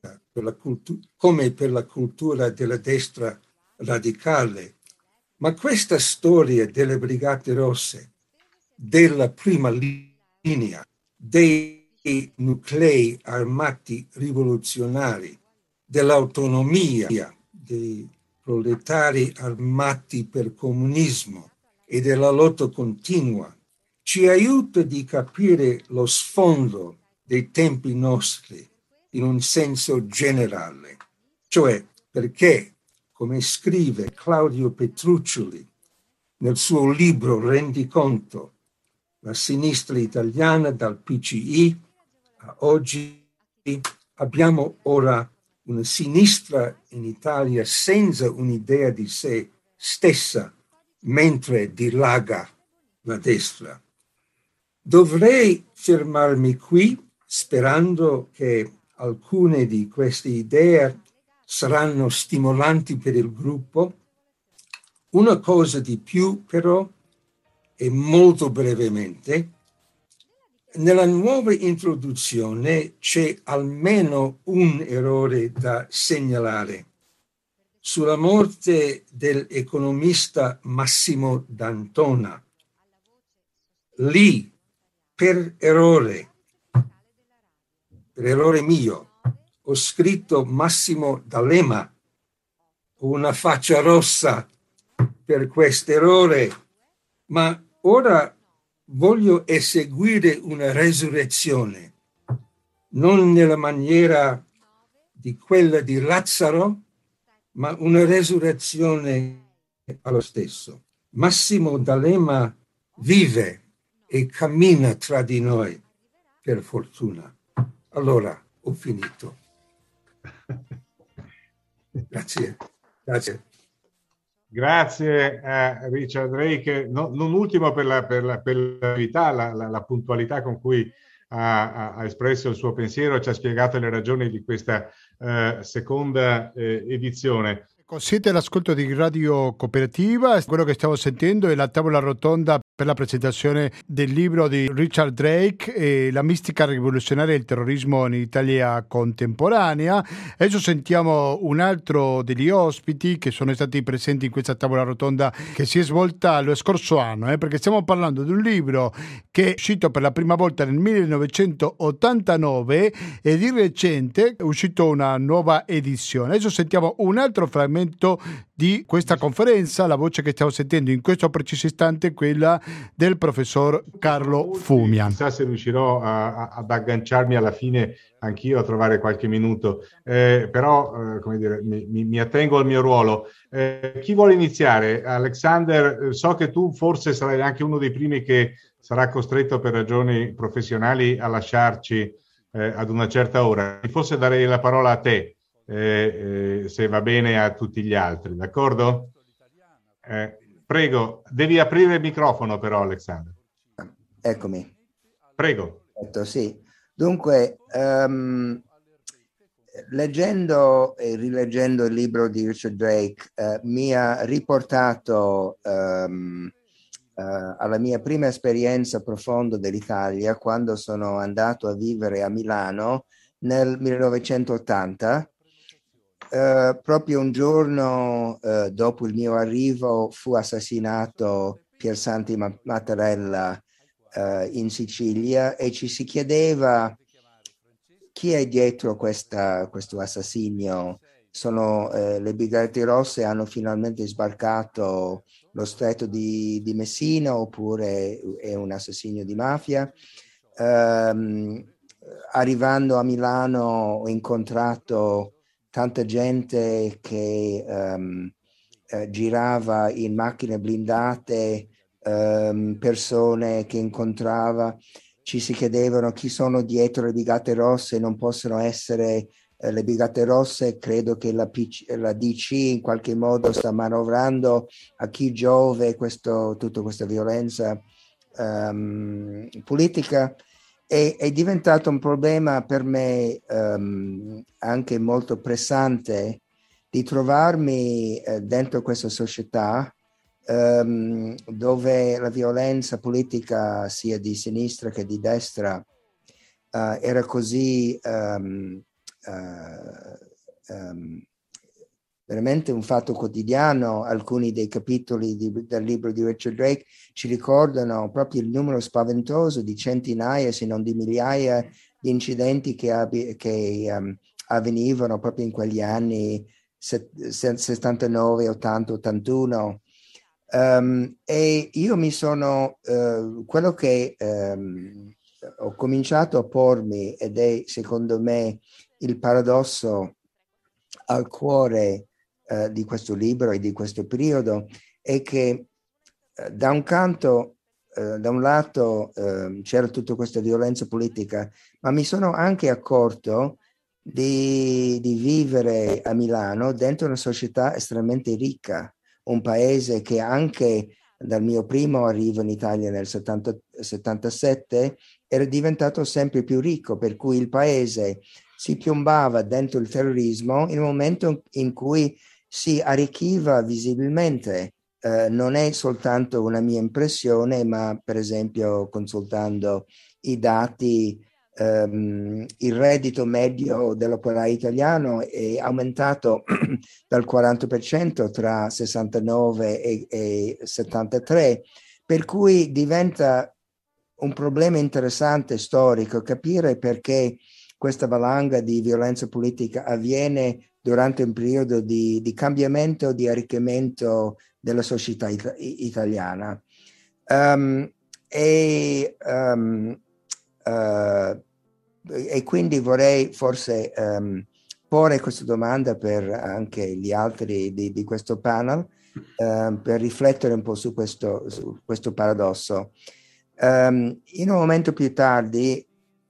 come per la cultura della destra radicale, ma questa storia delle Brigate Rosse, della prima linea, dei nuclei armati rivoluzionari, dell'autonomia dei proletari armati per comunismo e della lotta continua, ci aiuta di capire lo sfondo dei tempi nostri in un senso generale, cioè perché, come scrive Claudio Petruccioli nel suo libro Rendiconto, la sinistra italiana dal PCI a oggi, abbiamo ora una sinistra in Italia senza un'idea di sé stessa, mentre dilaga la destra. Dovrei fermarmi qui sperando che alcune di queste idee saranno stimolanti per il gruppo. Una cosa di più però, e molto brevemente, nella nuova introduzione c'è almeno un errore da segnalare. Sulla morte dell'economista Massimo D'Antona. Lì, per errore mio, ho scritto Massimo D'Alema, una faccia rossa per questo errore, ma ora voglio eseguire una resurrezione, non nella maniera di quella di Lazzaro, ma una resurrezione allo stesso. Massimo D'Alema vive e cammina tra di noi, per fortuna. Allora, ho finito. Grazie. Grazie a Richard Drake, non ultimo per la puntualità con cui ha espresso il suo pensiero, ci ha spiegato le ragioni di questa seconda edizione. Siete all'ascolto di Radio Cooperativa, quello che stiamo sentendo è la tavola rotonda per la presentazione del libro di Richard Drake, La mistica rivoluzionaria e il terrorismo in Italia contemporanea. Adesso sentiamo un altro degli ospiti che sono stati presenti in questa tavola rotonda che si è svolta lo scorso anno, perché stiamo parlando di un libro che è uscito per la prima volta nel 1989 e di recente è uscito una nuova edizione. Adesso sentiamo un altro fragmento di questa conferenza, la voce che stiamo sentendo in questo preciso istante è quella del professor Carlo Fumian. Chissà se riuscirò ad agganciarmi alla fine anch'io a trovare qualche minuto, però come dire, mi attengo al mio ruolo. Chi vuole iniziare? Alexander, so che tu forse sarai anche uno dei primi che sarà costretto per ragioni professionali a lasciarci ad una certa ora. Forse darei la parola a te. Se va bene a tutti gli altri, d'accordo? Prego, devi aprire il microfono però, Alexander. Eccomi. Prego. Sì. Dunque, leggendo e rileggendo il libro di Richard Drake, mi ha riportato alla mia prima esperienza profonda dell'Italia quando sono andato a vivere a Milano nel 1980. Proprio un giorno dopo il mio arrivo fu assassinato Piersanti Mattarella in Sicilia e ci si chiedeva chi è dietro questo assassinio. Le Brigate Rosse hanno finalmente sbarcato lo stretto di Messina oppure è un assassinio di mafia? Arrivando a Milano ho incontrato tanta gente che girava in macchine blindate, persone che incontrava, ci si chiedevano chi sono dietro le Brigate Rosse, non possono essere le Brigate Rosse. Credo che la DC in qualche modo sta manovrando a chi giove tutta questa violenza politica. È diventato un problema per me anche molto pressante di trovarmi dentro questa società dove la violenza politica, sia di sinistra che di destra, era così veramente un fatto quotidiano. Alcuni dei capitoli del libro di Richard Drake ci ricordano proprio il numero spaventoso di centinaia, se non di migliaia, di incidenti che avvenivano proprio in quegli anni 79, 80, 81. E io mi sono, quello che ho cominciato a pormi, ed è secondo me il paradosso al cuore di questo libro e di questo periodo, è che da un lato c'era tutta questa violenza politica, ma mi sono anche accorto di vivere a Milano dentro una società estremamente ricca, un paese che anche dal mio primo arrivo in Italia nel 77 era diventato sempre più ricco, per cui il paese si piombava dentro il terrorismo in un momento in cui si arricchiva visibilmente. Non è soltanto una mia impressione, ma per esempio consultando i dati, il reddito medio dell'operaio italiano è aumentato dal 40% tra 69 e 73, per cui diventa un problema interessante storico capire perché questa valanga di violenza politica avviene durante un periodo di cambiamento, di arricchimento della società italiana. E quindi vorrei forse porre questa domanda per anche gli altri di questo panel, per riflettere un po' su questo paradosso. In un momento più tardi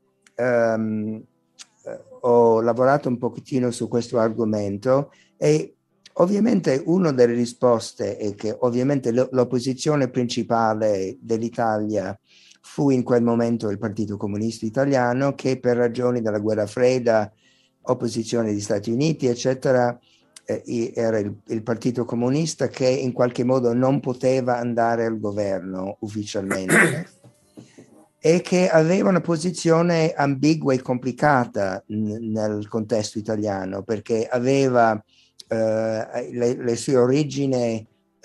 ho lavorato un pochettino su questo argomento e ovviamente una delle risposte è che ovviamente l'opposizione principale dell'Italia fu in quel momento il Partito Comunista Italiano, che per ragioni della guerra fredda, opposizione degli Stati Uniti, eccetera, era il Partito Comunista che in qualche modo non poteva andare al governo ufficialmente e che aveva una posizione ambigua e complicata nel contesto italiano, perché aveva le sue origini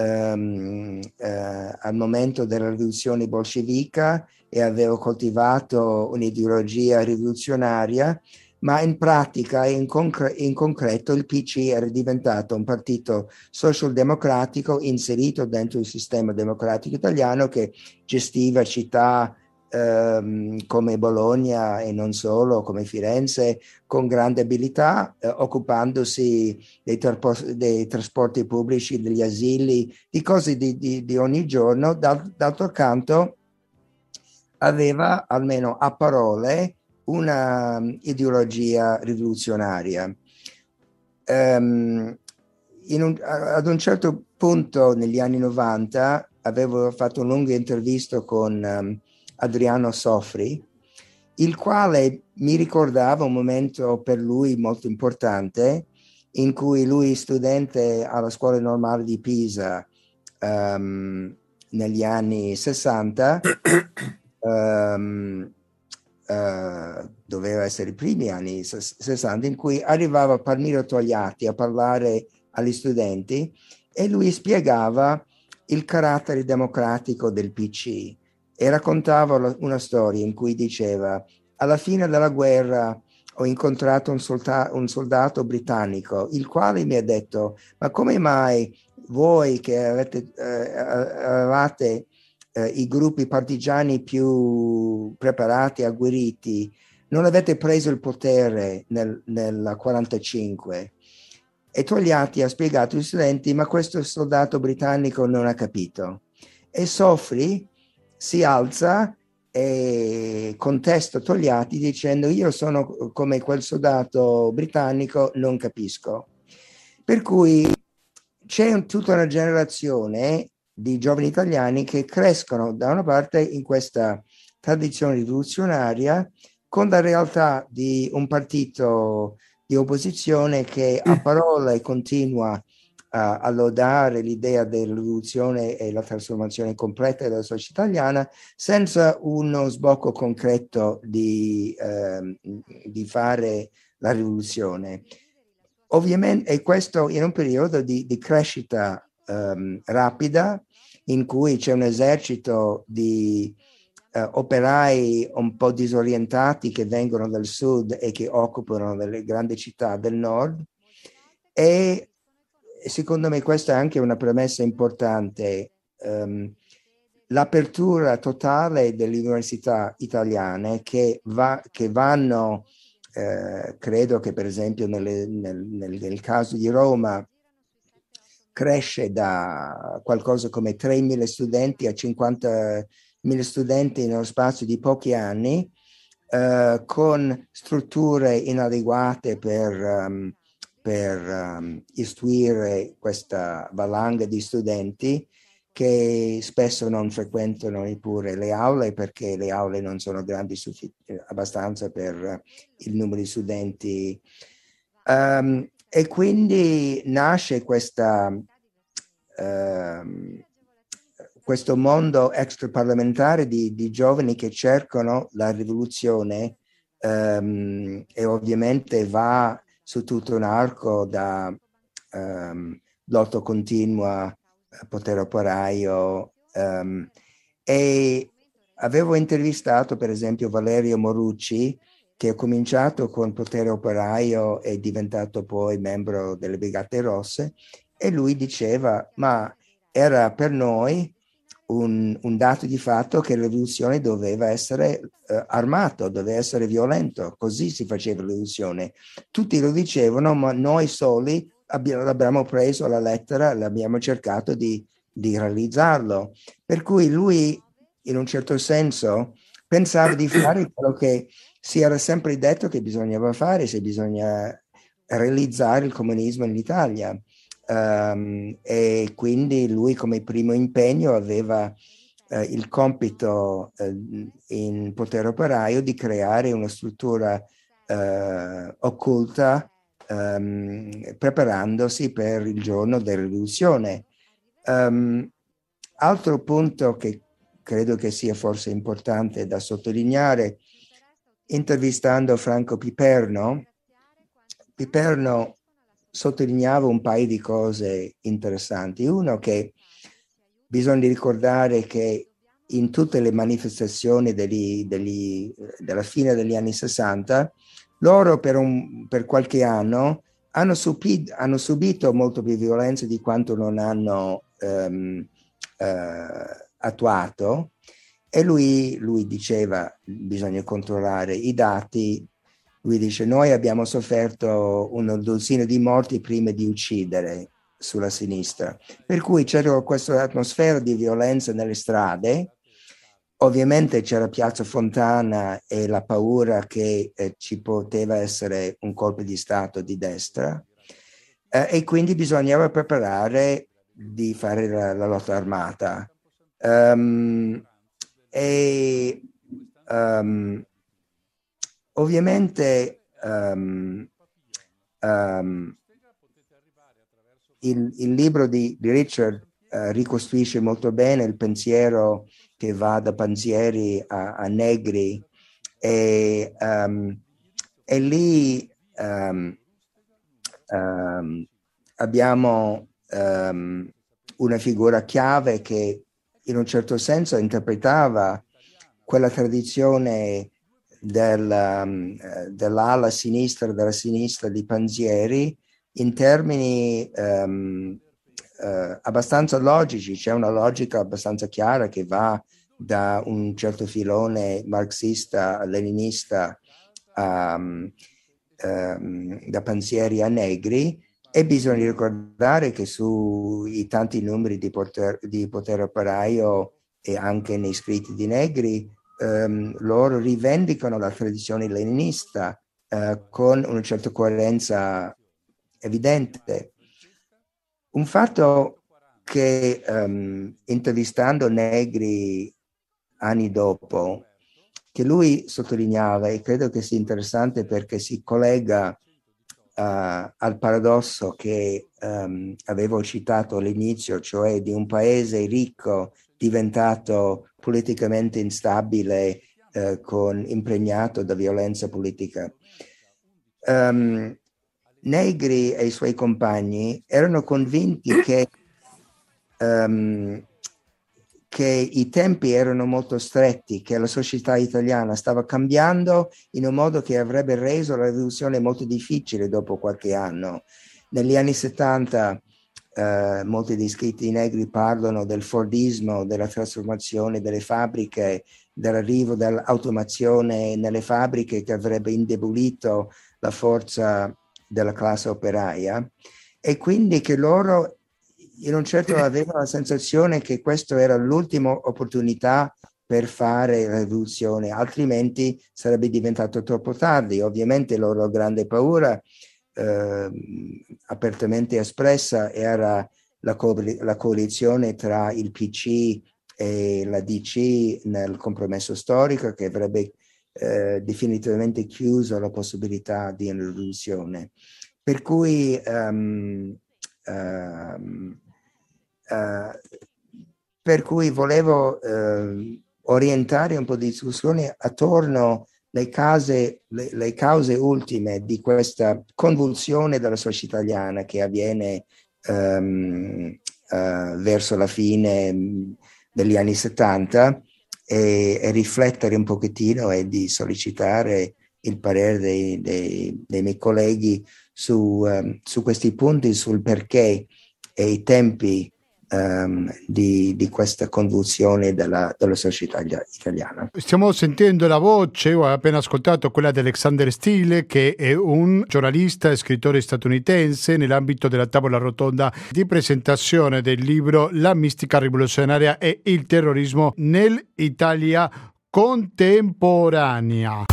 al momento della rivoluzione bolscevica e aveva coltivato un'ideologia rivoluzionaria, ma in pratica e in concreto il PC era diventato un partito social-democratico inserito dentro il sistema democratico italiano, che gestiva città come Bologna e non solo, come Firenze, con grande abilità, occupandosi dei trasporti pubblici, degli asili, di cose di ogni giorno. D'altro canto aveva, almeno a parole, una ideologia rivoluzionaria. Ad un certo punto negli anni 90 avevo fatto un lungo intervista con Adriano Sofri, il quale mi ricordava un momento per lui molto importante in cui lui, studente alla Scuola Normale di Pisa negli anni 60, doveva essere i primi anni 60, in cui arrivava Palmiro Togliatti a parlare agli studenti e lui spiegava il carattere democratico del PC e raccontava una storia in cui diceva: alla fine della guerra ho incontrato un soldato britannico, il quale mi ha detto: ma come mai voi che avevate i gruppi partigiani più preparati, agguerriti, non avete preso il potere nel 45? E Togliatti ha spiegato agli studenti, ma questo soldato britannico non ha capito. E Sofri si alza e contesta Togliatti dicendo io sono come quel soldato britannico, non capisco. Per cui c'è tutta una generazione di giovani italiani che crescono da una parte in questa tradizione rivoluzionaria con la realtà di un partito di opposizione che a parole continua a lodare l'idea della rivoluzione e la trasformazione completa della società italiana senza uno sbocco concreto di fare la rivoluzione. Ovviamente, e questo in un periodo di crescita rapida in cui c'è un esercito di operai un po' disorientati che vengono dal sud e che occupano delle grandi città del nord, e secondo me questa è anche una premessa importante, l'apertura totale delle università italiane che vanno, credo che per esempio nel caso di Roma cresce da qualcosa come 3.000 studenti a 50.000 studenti nello spazio di pochi anni, con strutture inadeguate per istruire questa valanga di studenti che spesso non frequentano neppure le aule perché le aule non sono grandi abbastanza per il numero di studenti. E quindi nasce questo mondo extraparlamentare di giovani che cercano la rivoluzione, e ovviamente va su tutto un arco da lotto continua, potere operaio, e avevo intervistato per esempio Valerio Morucci, che ha cominciato con potere operaio e è diventato poi membro delle Brigate Rosse, e lui diceva ma era per noi un dato di fatto che la rivoluzione doveva essere armato, doveva essere violento, così si faceva la rivoluzione. Tutti lo dicevano, ma noi soli l'abbiamo preso alla lettera, l'abbiamo cercato di realizzarlo. Per cui lui, in un certo senso, pensava di fare quello che si era sempre detto che bisognava fare, se bisogna realizzare il comunismo in Italia. E quindi lui come primo impegno aveva il compito in potere operaio di creare una struttura occulta, preparandosi per il giorno della rivoluzione. Altro punto che credo che sia forse importante da sottolineare, intervistando Franco Piperno sottolineava un paio di cose interessanti. Uno, che bisogna ricordare che in tutte le manifestazioni della fine degli anni 60, loro per qualche anno hanno subito molto più violenza di quanto non hanno attuato, e lui diceva bisogna controllare i dati. Lui dice noi abbiamo sofferto una dozzina di morti prima di uccidere sulla sinistra, per cui c'era questa atmosfera di violenza nelle strade. Ovviamente c'era Piazza Fontana e la paura che ci poteva essere un colpo di stato di destra, e quindi bisognava preparare di fare la lotta armata. Ovviamente il libro di Richard ricostruisce molto bene il pensiero che va da Panzieri a Negri, e lì abbiamo una figura chiave che in un certo senso interpretava quella tradizione dell'ala sinistra, della sinistra di Panzieri in termini abbastanza logici. C'è una logica abbastanza chiara che va da un certo filone marxista, leninista, da Panzieri a Negri, E bisogna ricordare che sui tanti numeri di Potere Operaio e anche nei scritti di Negri, loro rivendicano la tradizione leninista con una certa coerenza evidente. Un fatto che intervistando Negri anni dopo, che lui sottolineava, e credo che sia interessante perché si collega al paradosso che avevo citato all'inizio, cioè di un paese ricco diventato politicamente instabile, impregnato da violenza politica. Negri e i suoi compagni erano convinti che i tempi erano molto stretti, che la società italiana stava cambiando in un modo che avrebbe reso la rivoluzione molto difficile dopo qualche anno. Negli anni 70 molti dei scritti Negri parlano del Fordismo, della trasformazione delle fabbriche, dell'arrivo dell'automazione nelle fabbriche che avrebbe indebolito la forza della classe operaia, e quindi che loro in un certo avevano la sensazione che questa era l'ultima opportunità per fare la rivoluzione, altrimenti sarebbe diventato troppo tardi. Ovviamente la loro grande paura, apertamente espressa, era la coalizione tra il PC e la DC nel compromesso storico, che avrebbe definitivamente chiuso la possibilità di una rivoluzione. Per cui volevo orientare un po' di discussione attorno alle cause ultime di questa convulsione della società italiana che avviene verso la fine degli anni 70 e riflettere un pochettino e di sollecitare il parere dei miei colleghi su questi punti, sul perché e i tempi di questa convulsione della società italiana. Stiamo sentendo la voce, ho appena ascoltato quella di Alexander Steele, che è un giornalista e scrittore statunitense nell'ambito della tavola rotonda di presentazione del libro La mistica rivoluzionaria e il terrorismo nell'Italia contemporanea.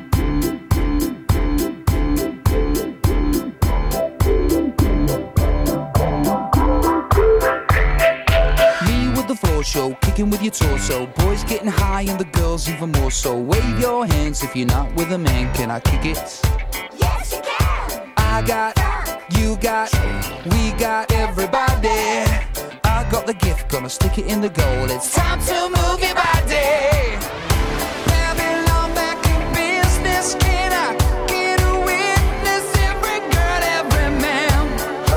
Show, kicking with your torso. Boys getting high and the girls even more so. Wave your hands if you're not with a man. Can I kick it? Yes, you can. I got, you got, we got everybody. I got the gift, gonna stick it in the goal. It's time to move your body. Babylon back in business. Can I get a witness? Every girl, every man.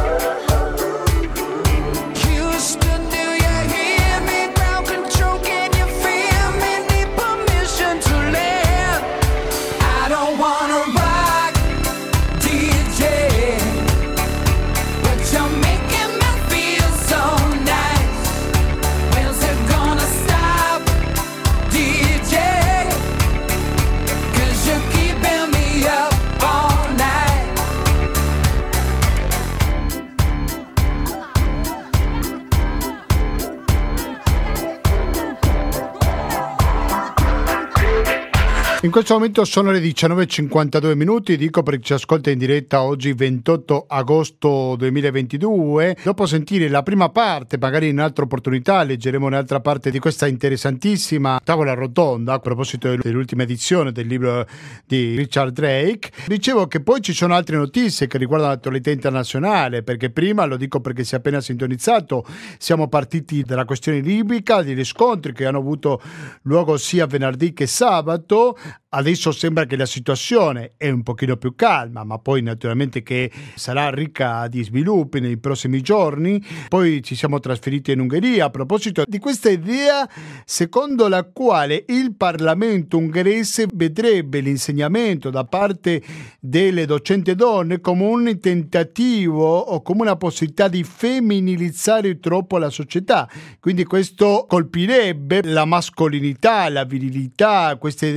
Houston, do you hear me? Ground control, can you feel me? Need permission to land. I don't wanna rock, DJ, but you're making me feel so nice. When's it gonna stop, DJ? 'Cause you're keeping me up all night. In questo momento sono le 19:52 minuti, dico per chi ci ascolta in diretta oggi 28 agosto 2022. Dopo sentire la prima parte, magari in un'altra opportunità leggeremo un'altra parte di questa interessantissima tavola rotonda a proposito dell'ultima edizione del libro di Richard Drake. Dicevo che poi ci sono altre notizie che riguardano l'attualità internazionale, perché prima, lo dico perché si è appena sintonizzato, siamo partiti dalla questione libica, degli scontri che hanno avuto luogo sia venerdì che sabato. Adesso sembra che la situazione è un pochino più calma, ma poi naturalmente che sarà ricca di sviluppi nei prossimi giorni. Poi ci siamo trasferiti in Ungheria a proposito di questa idea secondo la quale il Parlamento ungherese vedrebbe l'insegnamento da parte delle docenti donne come un tentativo o come una possibilità di femminilizzare troppo la società. Quindi questo colpirebbe la mascolinità, la virilità, questa idea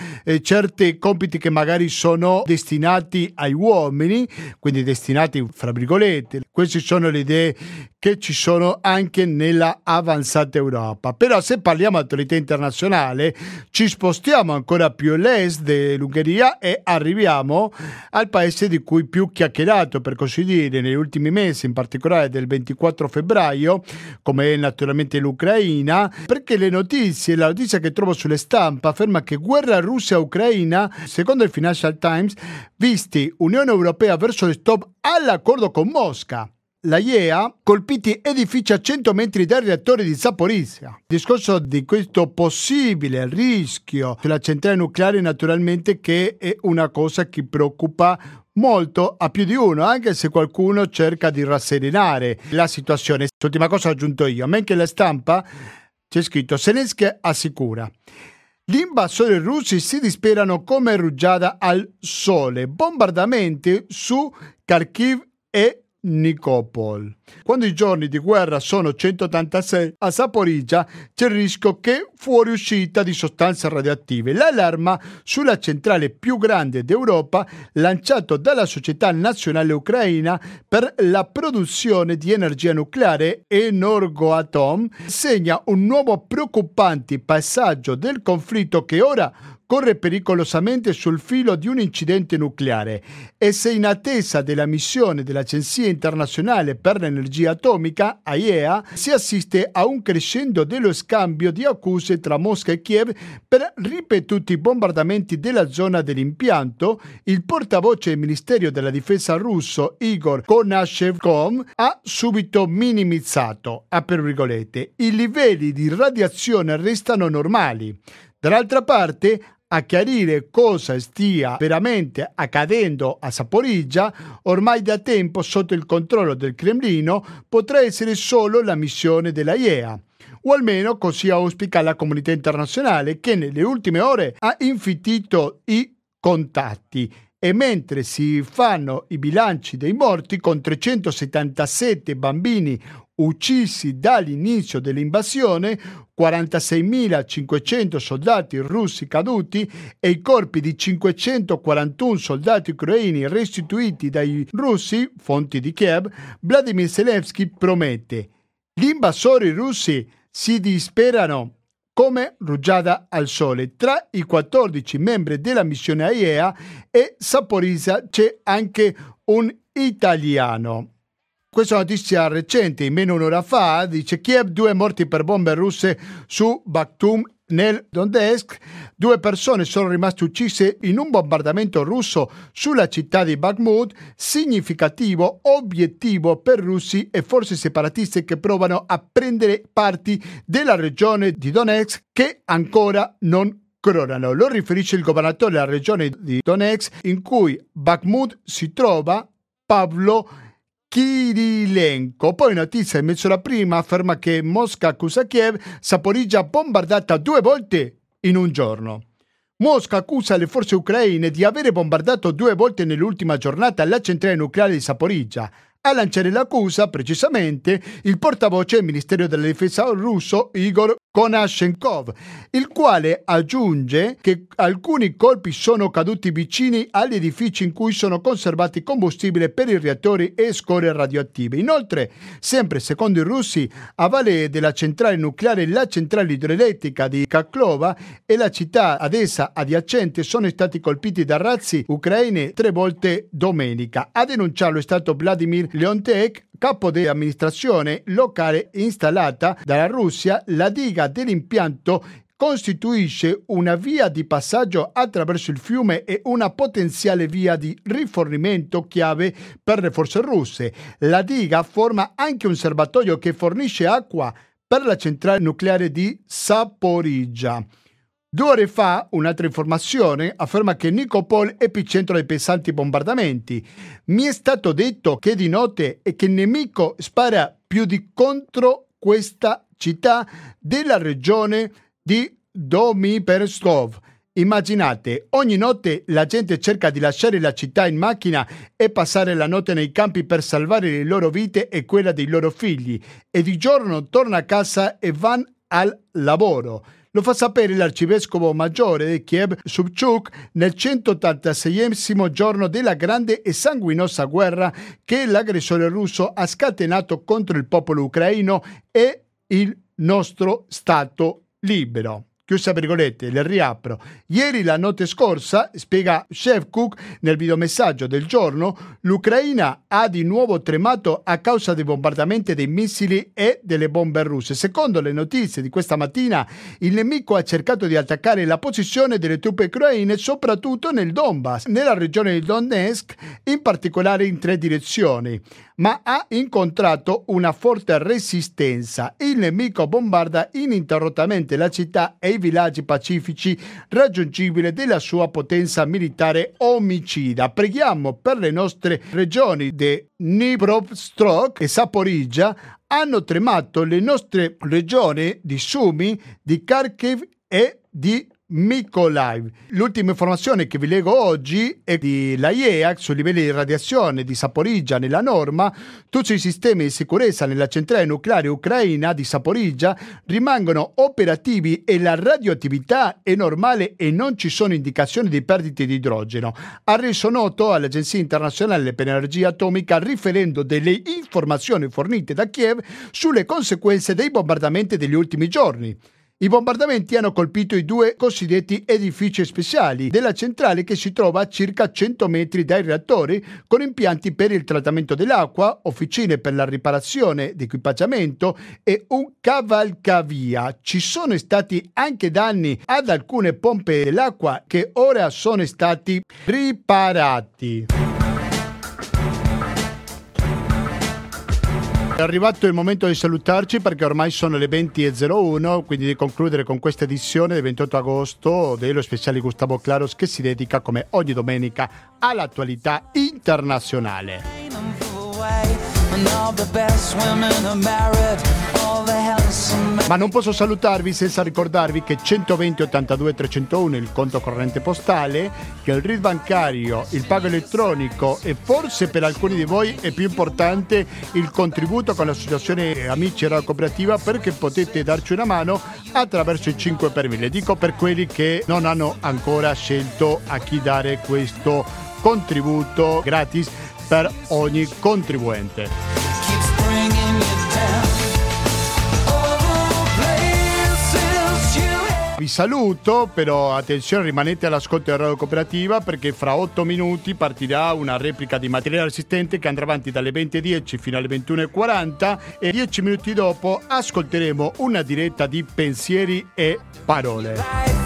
certi compiti che magari sono destinati ai uomini, quindi destinati fra virgolette. Queste sono le idee che ci sono anche nella avanzata Europa. Però se parliamo di attualità internazionale ci spostiamo ancora più all'est dell'Ungheria e arriviamo al paese di cui più chiacchierato, per così dire, negli ultimi mesi, in particolare del 24 febbraio, come è naturalmente l'Ucraina, perché la notizia che trovo sulle stampa afferma che guerra Russia-Ucraina, secondo il Financial Times, visti Unione Europea verso lo stop all'accordo con Mosca. La IEA colpiti edifici a 100 metri dal reattore di Zaporizhzhia. Il discorso di questo possibile rischio sulla centrale nucleare naturalmente che è una cosa che preoccupa molto a più di uno, anche se qualcuno cerca di rasserenare la situazione. L'ultima cosa ho aggiunto io, mentre la stampa c'è scritto Zelensky assicura. Gli invasori russi si disperano come rugiada al sole, bombardamenti su Kharkiv e Nikopol. Quando i giorni di guerra sono 186 a Zaporizhzhia c'è il rischio che fuoriuscita di sostanze radioattive. L'allarma sulla centrale più grande d'Europa lanciato dalla Società Nazionale Ucraina per la produzione di energia nucleare Energoatom segna un nuovo preoccupante passaggio del conflitto che ora corre pericolosamente sul filo di un incidente nucleare e se in attesa della missione dell'Agenzia internazionale per l'energia atomica, AIEA, si assiste a un crescendo dello scambio di accuse tra Mosca e Kiev per ripetuti bombardamenti della zona dell'impianto, il portavoce del Ministero della Difesa russo Igor Konashevkov ha subito minimizzato, per virgolette, i livelli di radiazione restano normali. Dall'altra parte, a chiarire cosa stia veramente accadendo a Zaporizhzhia, ormai da tempo sotto il controllo del Cremlino, potrà essere solo la missione della IEA. O almeno così auspica la comunità internazionale che nelle ultime ore ha infittito i contatti. E mentre si fanno i bilanci dei morti con 377 bambini uccisi dall'inizio dell'invasione, 46.500 soldati russi caduti e i corpi di 541 soldati ucraini restituiti dai russi, fonti di Kiev, Vladimir Zelensky promette: gli invasori russi si disperano come rugiada al sole. Tra i 14 membri della missione AIEA e Zaporizhzhia c'è anche un italiano. Questa notizia recente, in meno un'ora fa, dice Kiev, 2 morti per bombe russe su Bakhmut nel Donetsk. 2 persone sono rimaste uccise in un bombardamento russo sulla città di Bakhmut, significativo obiettivo per russi e forze separatiste che provano a prendere parti della regione di Donetsk che ancora non crollano. Lo riferisce il governatore della regione di Donetsk, in cui Bakhmut si trova, Pavlo Kirilenko. Poi notizia in mezz'ora prima afferma che Mosca accusa Kiev, Zaporizhzhia bombardata 2 volte in un giorno. Mosca accusa le forze ucraine di avere bombardato 2 volte nell'ultima giornata la centrale nucleare di Zaporizhzhia. A lanciare l'accusa, precisamente, il portavoce del Ministero della Difesa russo Igor Konashenkov, il quale aggiunge che alcuni colpi sono caduti vicini agli edifici in cui sono conservati combustibile per i reattori e scorie radioattive. Inoltre, sempre secondo i russi, a valle della centrale nucleare, la centrale idroelettrica di Kakhlova e la città ad essa adiacente sono stati colpiti da razzi ucraine 3 volte domenica. A denunciarlo è stato Vladimir Leontek, capo dell'amministrazione locale installata dalla Russia. La diga dell'impianto costituisce una via di passaggio attraverso il fiume e una potenziale via di rifornimento chiave per le forze russe. La diga forma anche un serbatoio che fornisce acqua per la centrale nucleare di Zaporizhzhia. 2 ore fa, un'altra informazione afferma che Nikopol è epicentro dei pesanti bombardamenti. Mi è stato detto che di notte e che il nemico spara più di contro questa città della regione di Dnipropetrovsk. Immaginate, ogni notte la gente cerca di lasciare la città in macchina e passare la notte nei campi per salvare le loro vite e quella dei loro figli, e di giorno torna a casa e vanno al lavoro. Lo fa sapere l'arcivescovo maggiore di Kiev, Subchuk, nel 186esimo giorno della grande e sanguinosa guerra che l'aggressore russo ha scatenato contro il popolo ucraino e il nostro Stato libero. Chiusa virgolette, le riapro. Ieri, la notte scorsa, spiega Shevchuk nel videomessaggio del giorno, l'Ucraina ha di nuovo tremato a causa dei bombardamenti dei missili e delle bombe russe. Secondo le notizie di questa mattina, il nemico ha cercato di attaccare la posizione delle truppe ucraine, soprattutto nel Donbass, nella regione di Donetsk, in particolare in 3 direzioni, ma ha incontrato una forte resistenza. Il nemico bombarda ininterrottamente la città e i villaggi pacifici raggiungibili della sua potenza militare omicida. Preghiamo per le nostre regioni di Dnipropetrovsk e Zaporizhzhia. Hanno tremato le nostre regioni di Sumy, di Kharkiv e di Mykolaiv. L'ultima informazione che vi leggo oggi è di l'AIEA sui livelli di radiazione di Zaporizhzhia nella norma. Tutti i sistemi di sicurezza nella centrale nucleare ucraina di Zaporizhzhia rimangono operativi e la radioattività è normale e non ci sono indicazioni di perdite di idrogeno. Ha reso noto all'Agenzia Internazionale per l'Energia Atomica, riferendo delle informazioni fornite da Kiev sulle conseguenze dei bombardamenti degli ultimi giorni. I bombardamenti hanno colpito i 2 cosiddetti edifici speciali della centrale, che si trova a circa 100 metri dai reattori, con impianti per il trattamento dell'acqua, officine per la riparazione di equipaggiamento e un cavalcavia. Ci sono stati anche danni ad alcune pompe dell'acqua che ora sono stati riparati. È arrivato il momento di salutarci, perché ormai sono le 20:01, quindi di concludere con questa edizione del 28 agosto dello speciale Gustavo Claros, che si dedica come ogni domenica all'attualità internazionale. Ma non posso salutarvi senza ricordarvi che 120 82 301 il conto corrente postale, che il RID bancario, il pago elettronico e forse per alcuni di voi è più importante il contributo con l'associazione Amici Radio Cooperativa, perché potete darci una mano attraverso i 5 per 1000. Dico per quelli che non hanno ancora scelto a chi dare questo contributo gratis per ogni contribuente. Vi saluto, però attenzione, rimanete all'ascolto della Radio Cooperativa, perché fra 8 minuti partirà una replica di Materiale Resistente che andrà avanti dalle 20:10 fino alle 21:40 e 10 minuti dopo ascolteremo una diretta di Pensieri e Parole.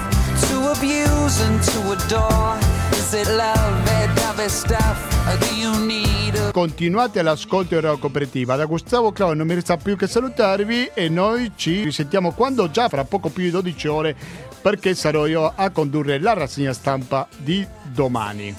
Continuate all'ascolto di Radio Cooperativa. Da Gustavo Claudio non mi resta più che salutarvi e noi ci risentiamo quando, già fra poco più di 12 ore, perché sarò io a condurre la rassegna stampa di domani.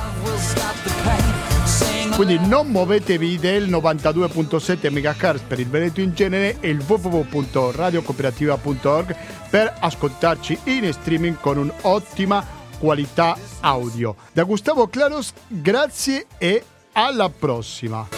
Quindi non muovetevi del 92.7 MHz per il Veneto in genere e il www.radiocooperativa.org per ascoltarci in streaming con un'ottima qualità audio. Da Gustavo Claros, grazie e alla prossima.